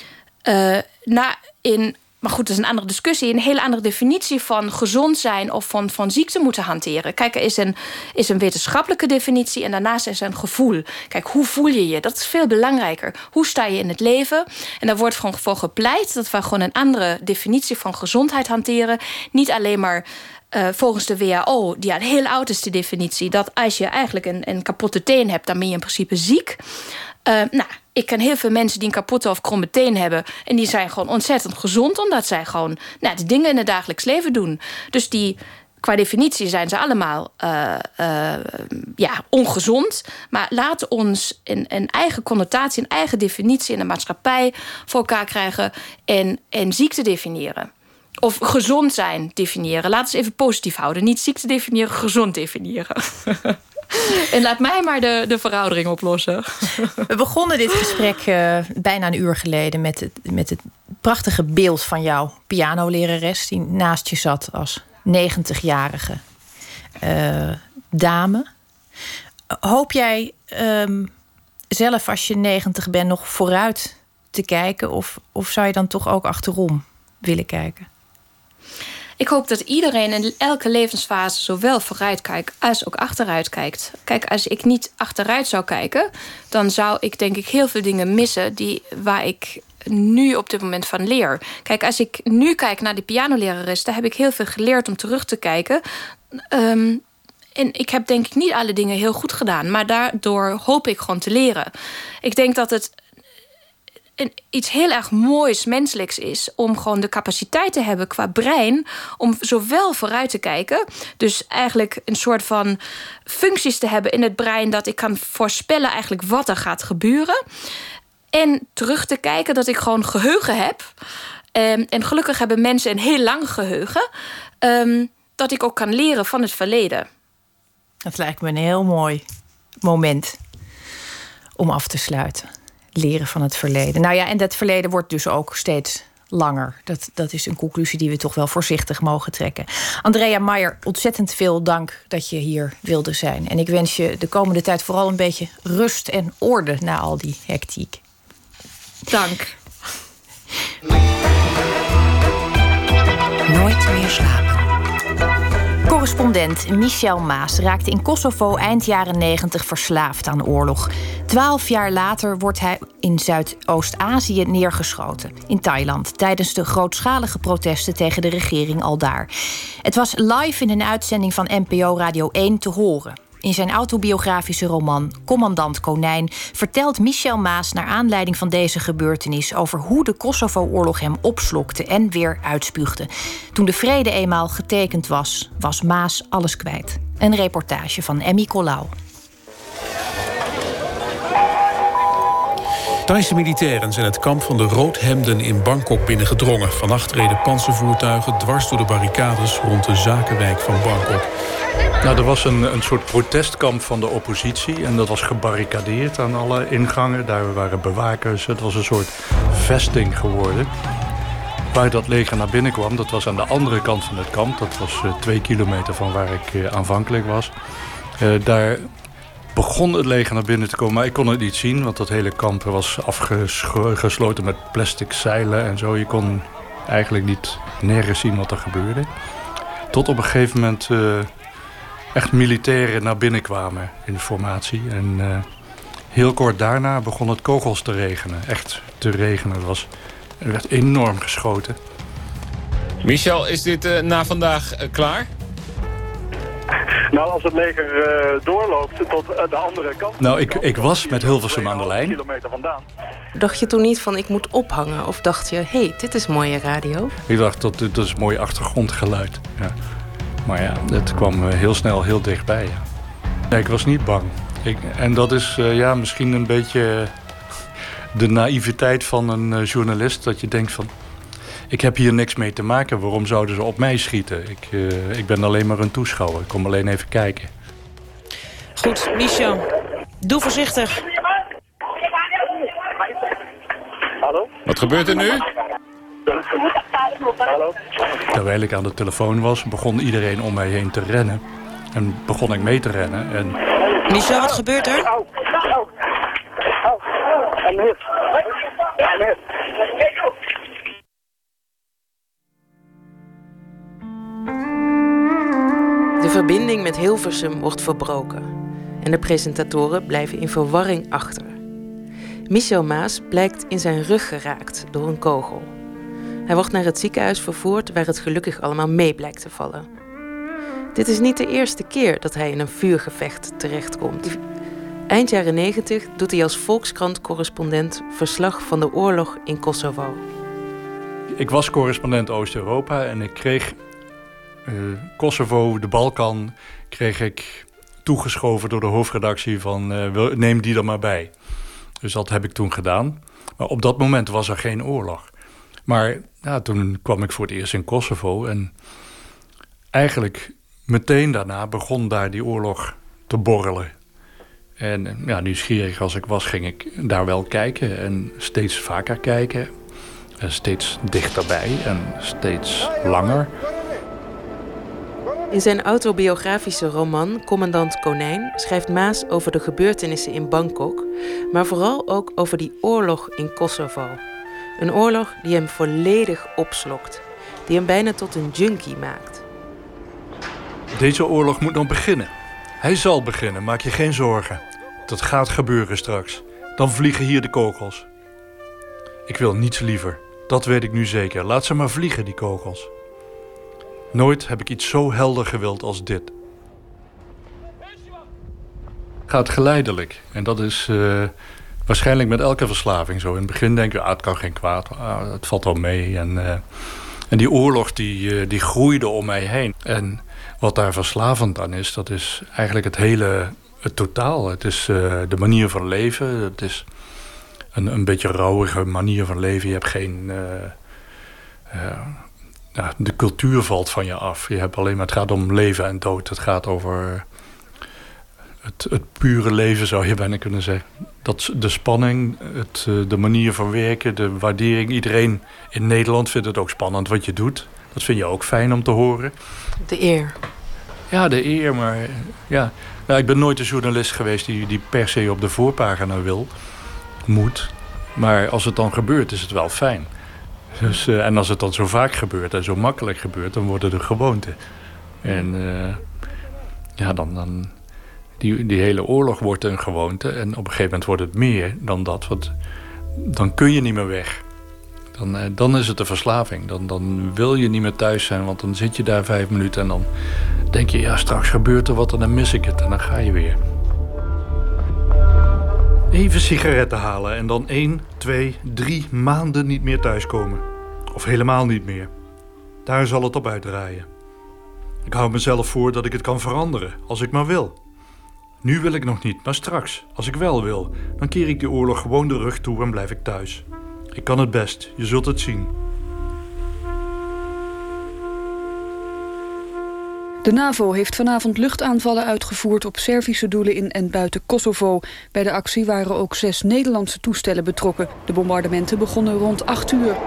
maar goed, dat is een andere discussie, een hele andere definitie van gezond zijn of van ziekte moeten hanteren. Kijk, er is een wetenschappelijke definitie en daarnaast is er een gevoel. Kijk, hoe voel je je? Dat is veel belangrijker. Hoe sta je in het leven? En daar wordt gewoon voor gepleit dat we gewoon een andere definitie van gezondheid hanteren. Niet alleen maar volgens de WHO, die al heel oud is, die definitie, dat als je eigenlijk een kapotte teen hebt, dan ben je in principe ziek. Ik ken heel veel mensen die een kapotte of kromme teen hebben. En die zijn gewoon ontzettend gezond, omdat zij gewoon de dingen in het dagelijks leven doen. Dus qua definitie zijn ze allemaal ongezond. Maar laten ons een eigen connotatie, een eigen definitie in de maatschappij voor elkaar krijgen en ziekte definiëren. Of gezond zijn definiëren. Laten we eens even positief houden. Niet ziekte definiëren, gezond definiëren. En laat mij maar de veroudering oplossen. We begonnen dit gesprek bijna een uur geleden met het prachtige beeld van jouw pianolerares die naast je zat als 90-jarige dame. Hoop jij zelf als je 90 bent nog vooruit te kijken? Of zou je dan toch ook achterom willen kijken? Ik hoop dat iedereen in elke levensfase zowel vooruit kijkt als ook achteruit kijkt. Kijk, als ik niet achteruit zou kijken, dan zou ik denk ik heel veel dingen missen waar ik nu op dit moment van leer. Kijk, als ik nu kijk naar die pianolerares, daar heb ik heel veel geleerd om terug te kijken. En ik heb denk ik niet alle dingen heel goed gedaan, maar daardoor hoop ik gewoon te leren. Ik denk dat het iets heel erg moois, menselijks is om gewoon de capaciteit te hebben qua brein om zowel vooruit te kijken, dus eigenlijk een soort van functies te hebben in het brein dat ik kan voorspellen eigenlijk wat er gaat gebeuren, en terug te kijken dat ik gewoon geheugen heb. En gelukkig hebben mensen een heel lang geheugen, dat ik ook kan leren van het verleden. Dat lijkt me een heel mooi moment om af te sluiten. Leren van het verleden. Nou ja, en dat verleden wordt dus ook steeds langer. Dat is een conclusie die we toch wel voorzichtig mogen trekken. Andrea Meijer, ontzettend veel dank dat je hier wilde zijn. En ik wens je de komende tijd vooral een beetje rust en orde na al die hectiek. Dank. Nooit meer slapen. Correspondent Michel Maas raakte in Kosovo eind jaren 90 verslaafd aan oorlog. 12 jaar later wordt hij in Zuidoost-Azië neergeschoten. In Thailand, tijdens de grootschalige protesten tegen de regering aldaar. Het was live in een uitzending van NPO Radio 1 te horen. In zijn autobiografische roman Commandant Konijn vertelt Michel Maas naar aanleiding van deze gebeurtenis over hoe de Kosovo-oorlog hem opslokte en weer uitspuugde. Toen de vrede eenmaal getekend was, was Maas alles kwijt. Een reportage van Emmy Colau. Thaise militairen zijn het kamp van de roodhemden in Bangkok binnengedrongen. Vannacht reden pantservoertuigen dwars door de barricades rond de zakenwijk van Bangkok. Nou, er was een soort protestkamp van de oppositie. En dat was gebarricadeerd aan alle ingangen. Daar waren bewakers. Het was een soort vesting geworden. Waar dat leger naar binnen kwam, dat was aan de andere kant van het kamp. Dat was 2 kilometer van waar ik aanvankelijk was. Daar begon het leger naar binnen te komen, maar ik kon het niet zien, want dat hele kamp was afgesloten met plastic zeilen en zo. Je kon eigenlijk niet nergens zien wat er gebeurde. Tot op een gegeven moment echt militairen naar binnen kwamen in de formatie. En heel kort daarna begon het kogels te regenen. Echt te regenen. Er werd enorm geschoten. Michel, is dit na vandaag klaar? Nou, als het leger doorloopt tot de andere kant... Nou, ik was met Hilversum aan de lijn. Kilometer vandaan. Dacht je toen niet van ik moet ophangen? Of dacht je, hé, dit is mooie radio? Ik dacht, dat is mooi achtergrondgeluid. Ja. Maar ja, het kwam heel snel heel dichtbij. Ja. Nee, ik was niet bang. En dat is misschien een beetje de naïviteit van een journalist. Dat je denkt van, ik heb hier niks mee te maken. Waarom zouden ze op mij schieten? Ik ben alleen maar een toeschouwer. Ik kom alleen even kijken. Goed, Michel. Doe voorzichtig. Hallo? Wat gebeurt er nu? Hallo? Terwijl ik aan de telefoon was, begon iedereen om mij heen te rennen. En begon ik mee te rennen. En... Michel, wat gebeurt er? De verbinding met Hilversum wordt verbroken. En de presentatoren blijven in verwarring achter. Michel Maas blijkt in zijn rug geraakt door een kogel. Hij wordt naar het ziekenhuis vervoerd waar het gelukkig allemaal mee blijkt te vallen. Dit is niet de eerste keer dat hij in een vuurgevecht terechtkomt. Eind jaren 90 doet hij als Volkskrant-correspondent verslag van de oorlog in Kosovo. Ik was correspondent Oost-Europa en ik kreeg Kosovo, de Balkan, kreeg ik toegeschoven door de hoofdredactie van neem die er maar bij. Dus dat heb ik toen gedaan. Maar op dat moment was er geen oorlog. Maar ja, toen kwam ik voor het eerst in Kosovo en eigenlijk meteen daarna begon daar die oorlog te borrelen. En ja, nieuwsgierig als ik was, ging ik daar wel kijken en steeds vaker kijken. En steeds dichterbij en steeds langer. In zijn autobiografische roman Commandant Konijn schrijft Maas over de gebeurtenissen in Bangkok, maar vooral ook over die oorlog in Kosovo. Een oorlog die hem volledig opslokt, die hem bijna tot een junkie maakt. Deze oorlog moet nog beginnen. Hij zal beginnen, maak je geen zorgen. Dat gaat gebeuren straks. Dan vliegen hier de kogels. Ik wil niets liever, dat weet ik nu zeker. Laat ze maar vliegen, die kogels. Nooit heb ik iets zo helder gewild als dit. Gaat geleidelijk. En dat is waarschijnlijk met elke verslaving zo. In het begin denk je, het kan geen kwaad. Het valt wel mee. En die oorlog die groeide om mij heen. En wat daar verslavend aan is, dat is eigenlijk het totaal. Het is de manier van leven. Het is een beetje rauwige manier van leven. Je hebt geen... de cultuur valt van je af. Je hebt alleen maar, het gaat om leven en dood. Het gaat over het pure leven, zou je bijna kunnen zeggen. De spanning, de manier van werken, de waardering. Iedereen in Nederland vindt het ook spannend wat je doet. Dat vind je ook fijn om te horen. De eer. Ja, de eer, maar ja. Nou, ik ben nooit een journalist geweest die per se op de voorpagina moet. Maar als het dan gebeurt, is het wel fijn. Dus, en als het dan zo vaak gebeurt en zo makkelijk gebeurt, dan worden het gewoonte. En dan die hele oorlog wordt een gewoonte. En op een gegeven moment wordt het meer dan dat. Want dan kun je niet meer weg. Dan is het een verslaving. Dan wil je niet meer thuis zijn, want dan zit je daar 5 minuten en denk je, ja, straks gebeurt er wat en dan mis ik het. En dan ga je weer. Even sigaretten halen en dan 1, 2, 3 maanden niet meer thuiskomen. Of helemaal niet meer. Daar zal het op uitdraaien. Ik hou mezelf voor dat ik het kan veranderen, als ik maar wil. Nu wil ik nog niet, maar straks, als ik wel wil, dan keer ik die oorlog gewoon de rug toe en blijf ik thuis. Ik kan het best, je zult het zien. De NAVO heeft vanavond luchtaanvallen uitgevoerd op Servische doelen in en buiten Kosovo. Bij de actie waren ook 6 Nederlandse toestellen betrokken. De bombardementen begonnen rond 8 uur.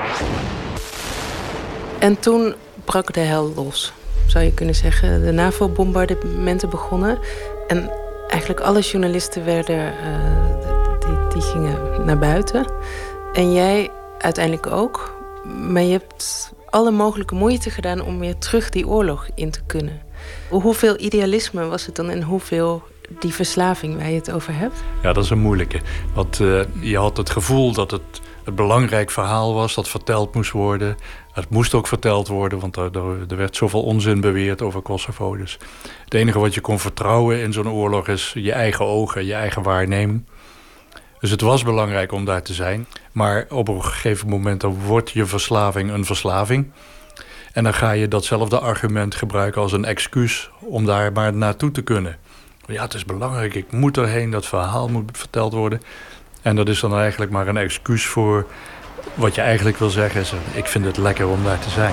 En toen brak de hel los, zou je kunnen zeggen. De NAVO-bombardementen begonnen. En eigenlijk alle journalisten werden, die gingen naar buiten. En jij uiteindelijk ook. Maar je hebt alle mogelijke moeite gedaan om weer terug die oorlog in te kunnen. Hoeveel idealisme was het dan en hoeveel die verslaving waar je het over hebt? Ja, dat is een moeilijke. Want je had het gevoel dat het een belangrijk verhaal was dat verteld moest worden. Het moest ook verteld worden, want er werd zoveel onzin beweerd over Kosovo. Dus het enige wat je kon vertrouwen in zo'n oorlog is je eigen ogen, je eigen waarneming. Dus het was belangrijk om daar te zijn. Maar op een gegeven moment dan wordt je verslaving een verslaving. En dan ga je datzelfde argument gebruiken als een excuus om daar maar naartoe te kunnen. Ja, het is belangrijk, ik moet erheen, dat verhaal moet verteld worden. En dat is dan eigenlijk maar een excuus voor wat je eigenlijk wil zeggen is, ik vind het lekker om daar te zijn.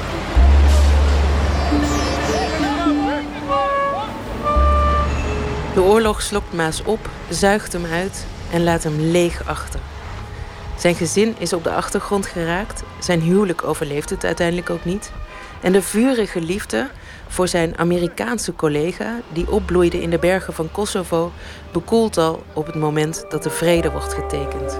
De oorlog slokt Maas op, zuigt hem uit en laat hem leeg achter. Zijn gezin is op de achtergrond geraakt. Zijn huwelijk overleeft het uiteindelijk ook niet. En de vurige liefde voor zijn Amerikaanse collega, die opbloeide in de bergen van Kosovo, bekoelt al op het moment dat de vrede wordt getekend.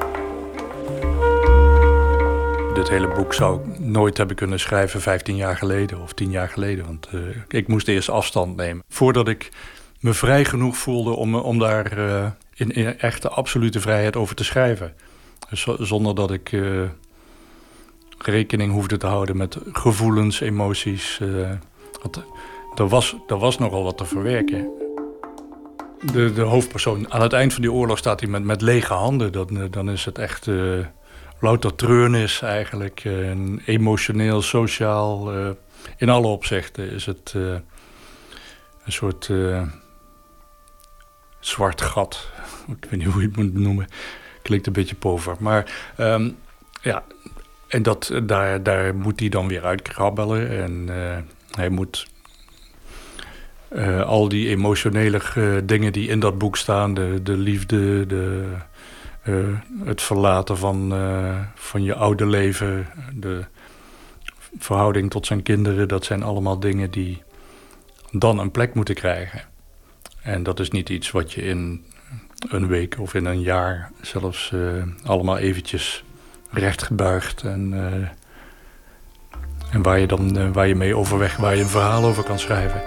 Dit hele boek zou ik nooit hebben kunnen schrijven 15 jaar geleden of 10 jaar geleden. Want ik moest eerst afstand nemen. Voordat ik me vrij genoeg voelde om daar in echte absolute vrijheid over te schrijven. Dus zonder dat ik rekening hoefde te houden met gevoelens, emoties. Er was nogal wat te verwerken. De hoofdpersoon, aan het eind van die oorlog staat hij met lege handen. Dan is het echt louter treurnis eigenlijk. Emotioneel, sociaal. In alle opzichten is het een soort zwart gat. Ik weet niet hoe je het moet noemen. Klinkt een beetje pover. Maar ja, en daar moet hij dan weer uitkrabbelen. En hij moet al die emotionele dingen die in dat boek staan, de liefde, het verlaten van je oude leven, de verhouding tot zijn kinderen, dat zijn allemaal dingen die dan een plek moeten krijgen. En dat is niet iets wat je in een week of in een jaar zelfs allemaal eventjes rechtgebuigd en waar je mee overweg, waar je een verhaal over kan schrijven.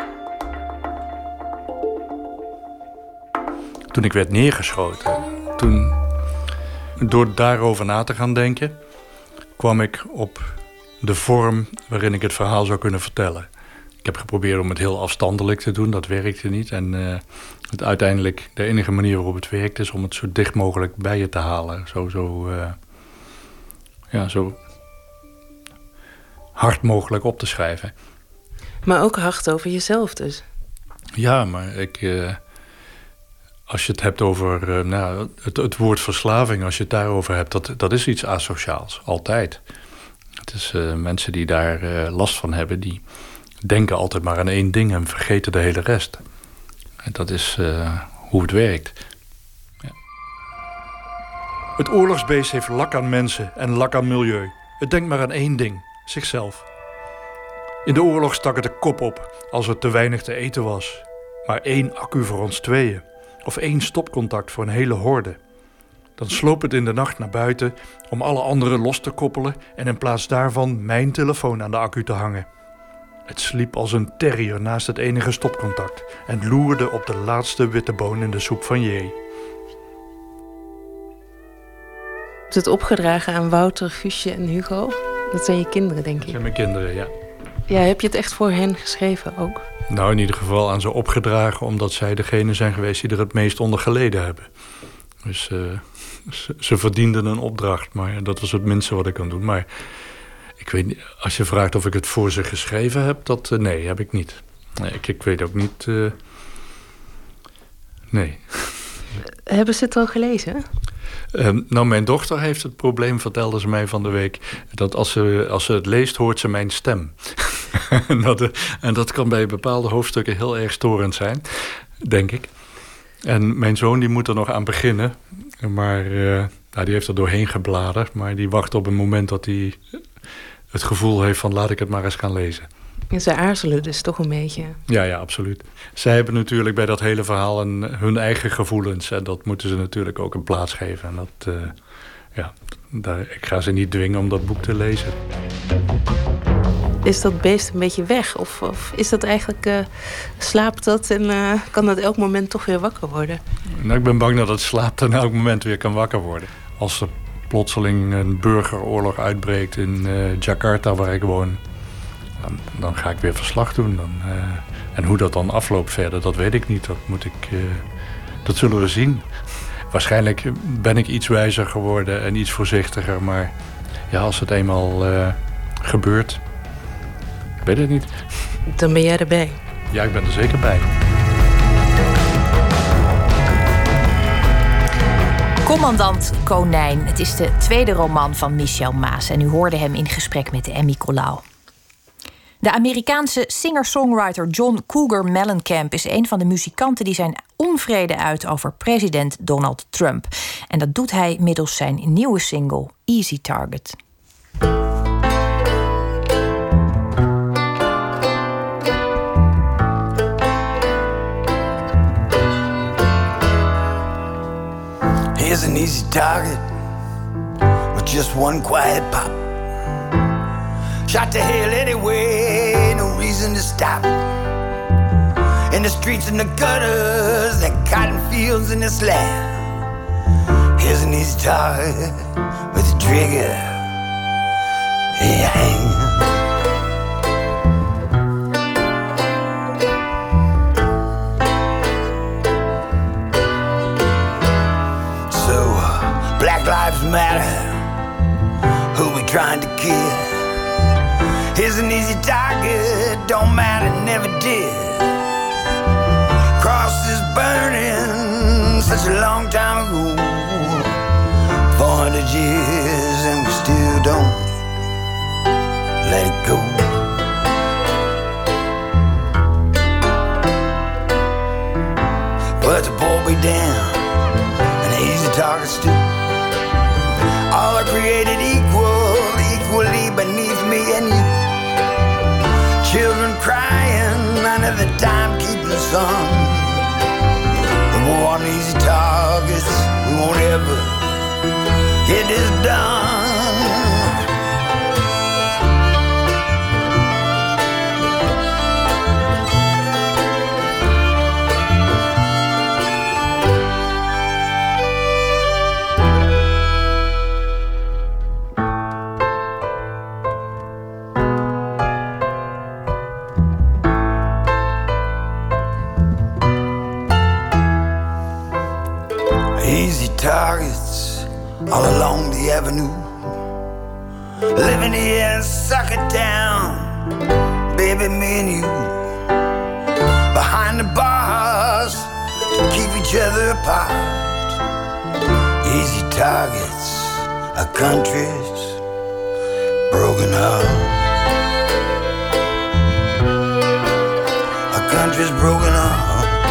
Toen ik werd neergeschoten, door daarover na te gaan denken, kwam ik op de vorm waarin ik het verhaal zou kunnen vertellen. Ik heb geprobeerd om het heel afstandelijk te doen, dat werkte niet. En uiteindelijk de enige manier waarop het werkt is om het zo dicht mogelijk bij je te halen. Zo hard mogelijk op te schrijven. Maar ook hard over jezelf dus. Ja, maar als je het hebt over het woord verslaving, als je het daarover hebt, dat is iets asociaals, altijd. Het is mensen die daar last van hebben, die denken altijd maar aan één ding en vergeten de hele rest. En dat is hoe het werkt. Ja. Het oorlogsbeest heeft lak aan mensen en lak aan milieu. Het denkt maar aan één ding, zichzelf. In de oorlog stak het de kop op als er te weinig te eten was. Maar 1 accu voor ons tweeën. Of 1 stopcontact voor een hele horde. Dan sloop het in de nacht naar buiten om alle anderen los te koppelen en in plaats daarvan mijn telefoon aan de accu te hangen. Het sliep als een terrier naast het enige stopcontact en loerde op de laatste witte boon in de soep van J. Je hebt het opgedragen aan Wouter, Guusje en Hugo. Dat zijn je kinderen, denk ik. Dat zijn mijn kinderen, ja. Ja, heb je het echt voor hen geschreven ook? Nou, in ieder geval aan ze opgedragen... omdat zij degene zijn geweest die er het meest onder geleden hebben. Dus ze verdienden een opdracht, maar dat was het minste wat ik kan doen. Maar ik weet niet, als je vraagt of ik het voor ze geschreven heb... nee, heb ik niet. Nee, ik weet ook niet... nee. Hebben ze het al gelezen? Nou, mijn dochter heeft het probleem, vertelde ze mij van de week... dat als ze het leest, hoort ze mijn stem. en dat kan bij bepaalde hoofdstukken heel erg storend zijn, denk ik. En mijn zoon die moet er nog aan beginnen. Maar die heeft er doorheen gebladerd. Maar die wacht op een moment dat hij het gevoel heeft van... laat ik het maar eens gaan lezen. En ze aarzelen dus toch een beetje. Ja, absoluut. Zij hebben natuurlijk bij dat hele verhaal hun eigen gevoelens. En dat moeten ze natuurlijk ook een plaats geven. En ik ga ze niet dwingen om dat boek te lezen. Is dat beest een beetje weg? Of is dat eigenlijk... slaapt dat en kan dat elk moment toch weer wakker worden? Nou, ik ben bang dat het slaapt en elk moment weer kan wakker worden. Als er plotseling een burgeroorlog uitbreekt in Jakarta, waar ik woon... Dan ga ik weer verslag doen. En hoe dat dan afloopt verder, dat weet ik niet. Dat zullen we zien. Waarschijnlijk ben ik iets wijzer geworden en iets voorzichtiger. Maar ja, als het eenmaal gebeurt, ik weet het niet. Dan ben jij erbij? Ja, ik ben er zeker bij. Commandant Konijn. Het is de tweede roman van Michel Maas. En u hoorde hem in gesprek met Emmy Colau. De Amerikaanse singer-songwriter John Cougar Mellencamp is een van de muzikanten die zijn onvrede uit over president Donald Trump. En dat doet hij middels zijn nieuwe single Easy Target. Here's an easy target with just one quiet pop. Shot to hell anyway, no reason to stop. In the streets and the gutters, the cotton fields and the slab. Here's an easy target with a trigger in your hand. So, Black Lives Matter, who we trying to kill? Here's an easy target, don't matter, never did. Cross is burning such a long time ago. 400 years and we still don't let it go. But the boy be down and easy targets too. All are created equally beneath me and you. Children crying under the timekeeping sun. The war on easy targets, we won't ever get this done. Targets all along the avenue. Living here in Sucker Town, baby, me and you. Behind the bars to keep each other apart. Easy targets, a country's broken heart. A country's broken heart.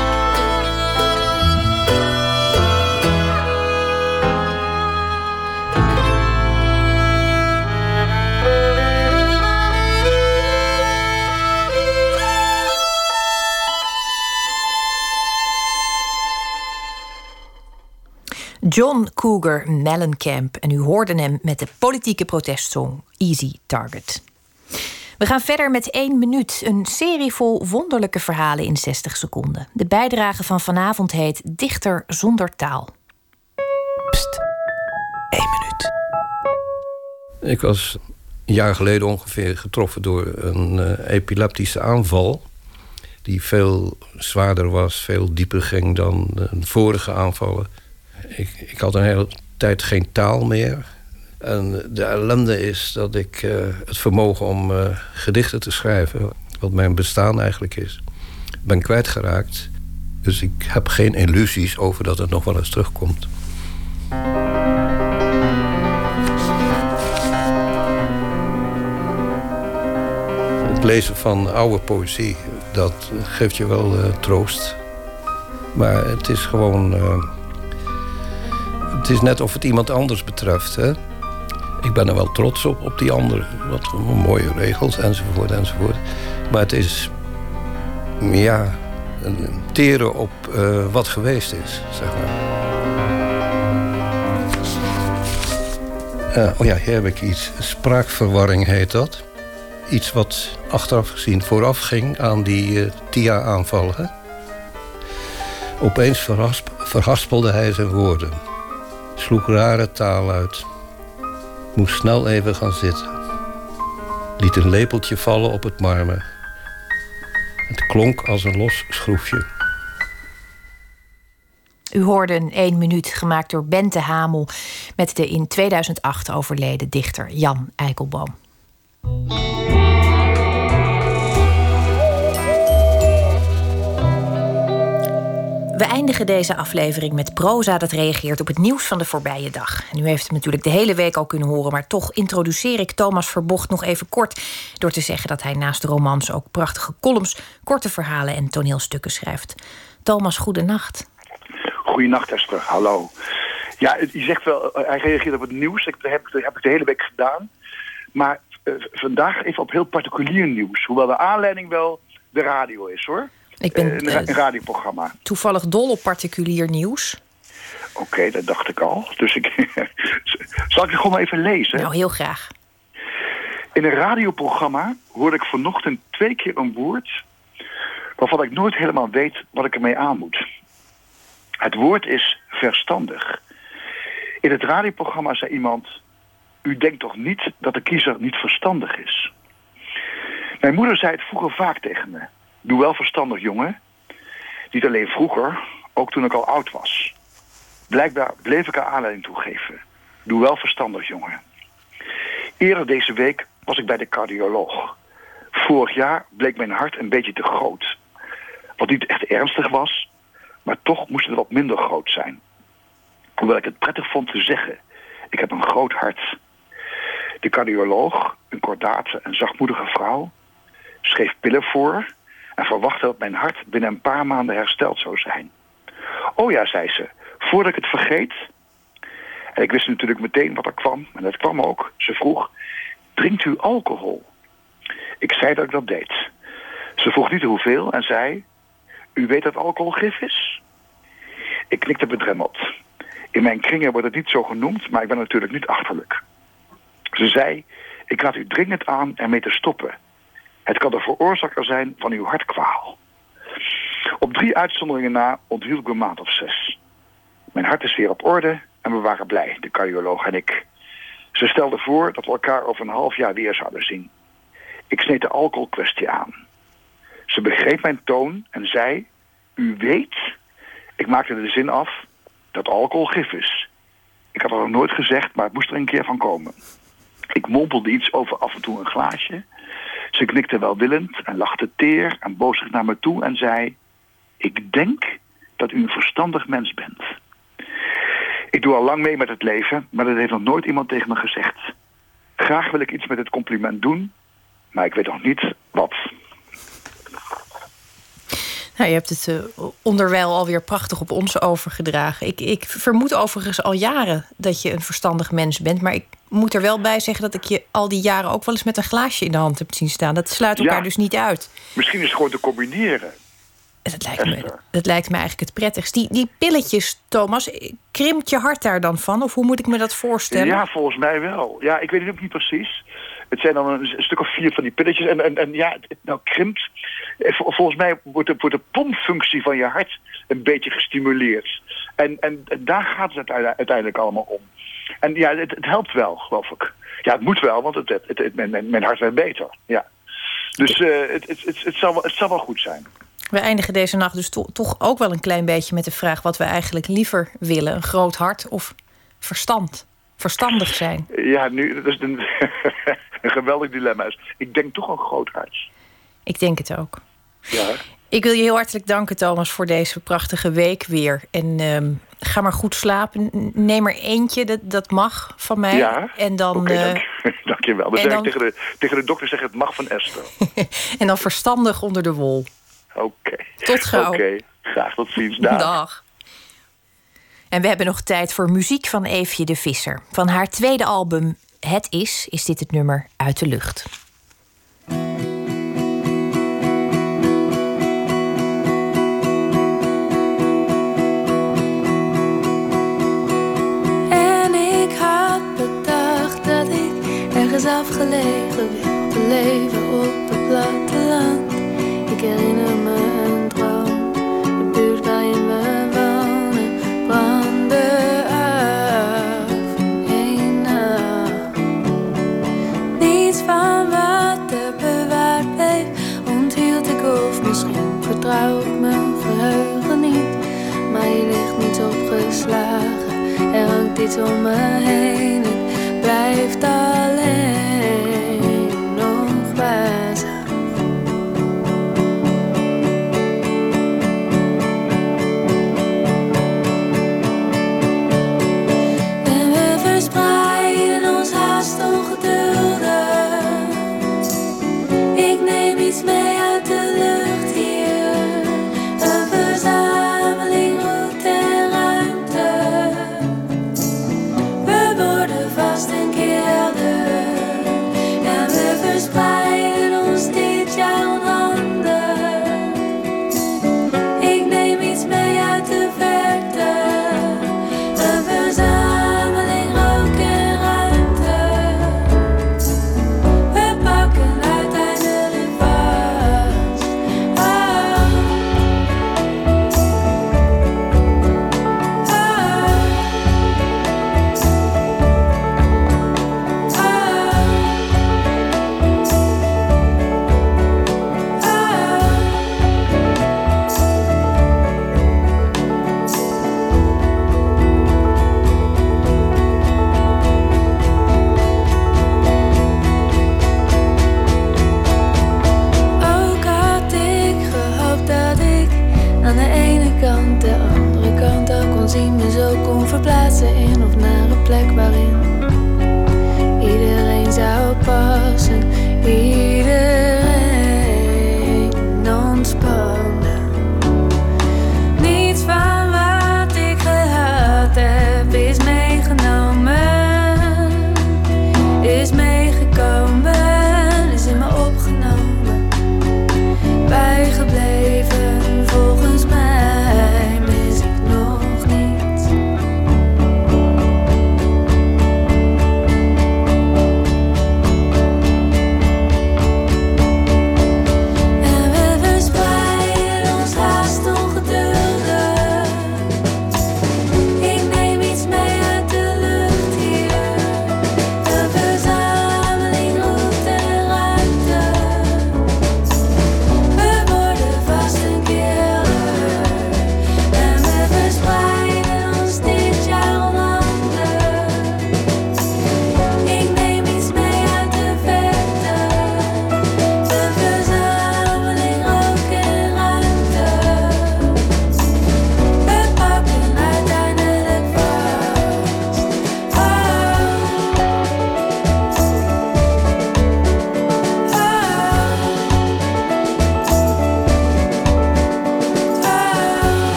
John Cougar Mellencamp. En u hoorde hem met de politieke protestsong Easy Target. We gaan verder met 1 minuut. Een serie vol wonderlijke verhalen in 60 seconden. De bijdrage van vanavond heet Dichter zonder taal. Pst, 1 minuut. Ik was een jaar geleden ongeveer getroffen door een epileptische aanval. Die veel zwaarder was, veel dieper ging dan de vorige aanvallen. Ik had een hele tijd geen taal meer. En de ellende is dat ik het vermogen om gedichten te schrijven, wat mijn bestaan eigenlijk is, ben kwijtgeraakt. Dus ik heb geen illusies over dat het nog wel eens terugkomt. Het lezen van oude poëzie, dat geeft je wel troost. Maar het is gewoon... het is net of het iemand anders betreft, hè? Ik ben er wel trots op die ander. Wat mooie regels, enzovoort, enzovoort. Maar het is... ja... een teren op wat geweest is, zeg maar. Oh ja, hier heb ik iets. Spraakverwarring heet dat. Iets wat achteraf gezien vooraf ging aan die TIA-aanvallen. Opeens verhaspelde hij zijn woorden. Sloeg rare taal uit. Moest snel even gaan zitten. Liet een lepeltje vallen op het marmer. Het klonk als een los schroefje. U hoorde een 1 minuut gemaakt door Bente Hamel met de in 2008 overleden dichter Jan Eikelboom. We eindigen deze aflevering met proza dat reageert op het nieuws van de voorbije dag. En u heeft het natuurlijk de hele week al kunnen horen, maar toch introduceer ik Thomas Verbocht nog even kort door te zeggen dat hij naast romans ook prachtige columns, korte verhalen en toneelstukken schrijft. Thomas, goedenacht. Goedenacht, Esther. Hallo. Ja, je zegt wel, hij reageert op het nieuws. Dat heb ik de hele week gedaan. Maar vandaag even op heel particulier nieuws. Hoewel de aanleiding wel de radio is, hoor. Ik ben een radioprogramma. Toevallig dol op particulier nieuws. Oké, dat dacht ik al. Dus zal ik het gewoon even lezen? Nou, heel graag. In een radioprogramma hoorde ik vanochtend 2 keer een woord waarvan ik nooit helemaal weet wat ik ermee aan moet. Het woord is verstandig. In het radioprogramma zei iemand: u denkt toch niet dat de kiezer niet verstandig is? Mijn moeder zei het vroeger vaak tegen me. Doe wel verstandig, jongen. Niet alleen vroeger, ook toen ik al oud was. Blijkbaar bleef ik er aanleiding toe geven. Doe wel verstandig, jongen. Eerder deze week was ik bij de cardioloog. Vorig jaar bleek mijn hart een beetje te groot. Wat niet echt ernstig was, maar toch moest het wat minder groot zijn. Hoewel ik het prettig vond te zeggen: ik heb een groot hart. De cardioloog, een kordate en zachtmoedige vrouw, schreef pillen voor en verwachtte dat mijn hart binnen een paar maanden hersteld zou zijn. Oh ja, zei ze, voordat ik het vergeet. En ik wist natuurlijk meteen wat er kwam, en dat kwam ook. Ze vroeg: drinkt u alcohol? Ik zei dat ik dat deed. Ze vroeg niet hoeveel en zei: u weet dat alcohol gif is? Ik knikte bedremmeld. In mijn kringen wordt het niet zo genoemd, maar ik ben natuurlijk niet achterlijk. Ze zei: ik raad u dringend aan ermee te stoppen. Het kan de veroorzaker zijn van uw hartkwaal. Op 3 uitzonderingen na onthield ik een maand of 6. Mijn hart is weer op orde en we waren blij, de cardioloog en ik. Ze stelde voor dat we elkaar over een half jaar weer zouden zien. Ik sneed de alcoholkwestie aan. Ze begreep mijn toon en zei: u weet, ik maakte de zin af, dat alcohol gif is. Ik had het nog nooit gezegd, maar het moest er een keer van komen. Ik mompelde iets over af en toe een glaasje. Ze knikte welwillend en lachte teer en boog zich naar me toe en zei: ik denk dat u een verstandig mens bent. Ik doe al lang mee met het leven, maar dat heeft nog nooit iemand tegen me gezegd. Graag wil ik iets met het compliment doen, maar ik weet nog niet wat. Nou, je hebt het onderwijl alweer prachtig op ons overgedragen. Ik vermoed overigens al jaren dat je een verstandig mens bent. Maar ik moet er wel bij zeggen dat ik je al die jaren ook wel eens met een glaasje in de hand heb zien staan. Dat sluit elkaar dus niet uit. Misschien is het gewoon te combineren. Dat lijkt me eigenlijk het prettigst. Die pilletjes, Thomas, krimpt je hart daar dan van? Of hoe moet ik me dat voorstellen? Ja, volgens mij wel. Ja, ik weet het ook niet precies. Het zijn dan een stuk of 4 van die pilletjes. En ja, nou krimpt. Volgens mij wordt de pompfunctie van je hart een beetje gestimuleerd. En daar gaat het uiteindelijk allemaal om. En ja, het helpt wel, geloof ik. Ja, het moet wel, want mijn hart werd beter. Ja. Dus het zal wel goed zijn. We eindigen deze nacht dus toch ook wel een klein beetje met de vraag wat we eigenlijk liever willen. Een groot hart of verstandig zijn? Ja, dat is een geweldig dilemma. Ik denk toch een groot hart. Ik denk het ook. Ja. Ik wil je heel hartelijk danken, Thomas, voor deze prachtige week weer. En ga maar goed slapen. Neem er eentje, dat mag van mij. Ja, en dan, dank je wel. Dan tegen de dokter zeggen, het mag van Esther. En dan verstandig onder de wol. Oké. Tot gauw. Oké, graag tot ziens. Dag. En we hebben nog tijd voor muziek van Eefje de Visser. Van haar tweede album Het is dit het nummer Uit de Lucht. En ik had bedacht dat ik ergens afgelegen wilde leven op het platteland. Ik herinner me een droom, de buurt waarin we wonen brandde af één nacht. Niets van wat er bewaard bleef onthield ik, of misschien vertrouw ik mijn geheugen niet. Maar je ligt niet opgeslagen, er hangt iets om me heen, het blijft alleen nog wazig. Ik neem iets mee uit de lucht hier, een verzameling route en ruimte. We worden vast een keer ouder, ja, we verspreiden ons dit jaar onhandig. Ik neem iets mee uit de verte, een verzameling rook en ruimte. We pakken uiteindelijk vast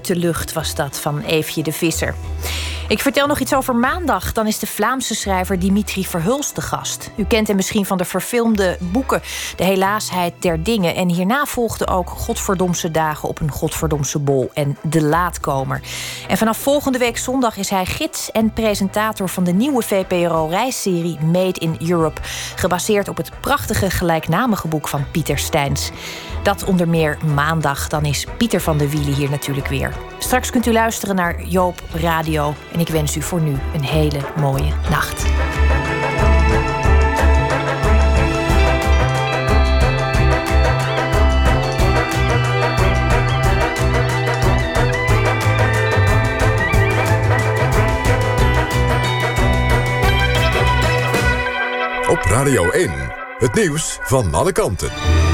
Buitenlucht was dat van Eefje de Visser. Ik vertel nog iets over maandag. Dan is de Vlaamse schrijver Dimitri Verhulst de gast. U kent hem misschien van de verfilmde boeken De Helaasheid der Dingen. En hierna volgden ook Godverdomse dagen op een Godverdomse bol en De Laatkomer. En vanaf volgende week zondag is hij gids en presentator van de nieuwe VPRO-reisserie Made in Europe. Gebaseerd op het prachtige gelijknamige boek van Pieter Steins. Dat onder meer maandag. Dan is Pieter van de Wielen hier natuurlijk weer. Straks kunt u luisteren naar Joop Radio. En ik wens u voor nu een hele mooie nacht. Op Radio 1, het nieuws van alle kanten.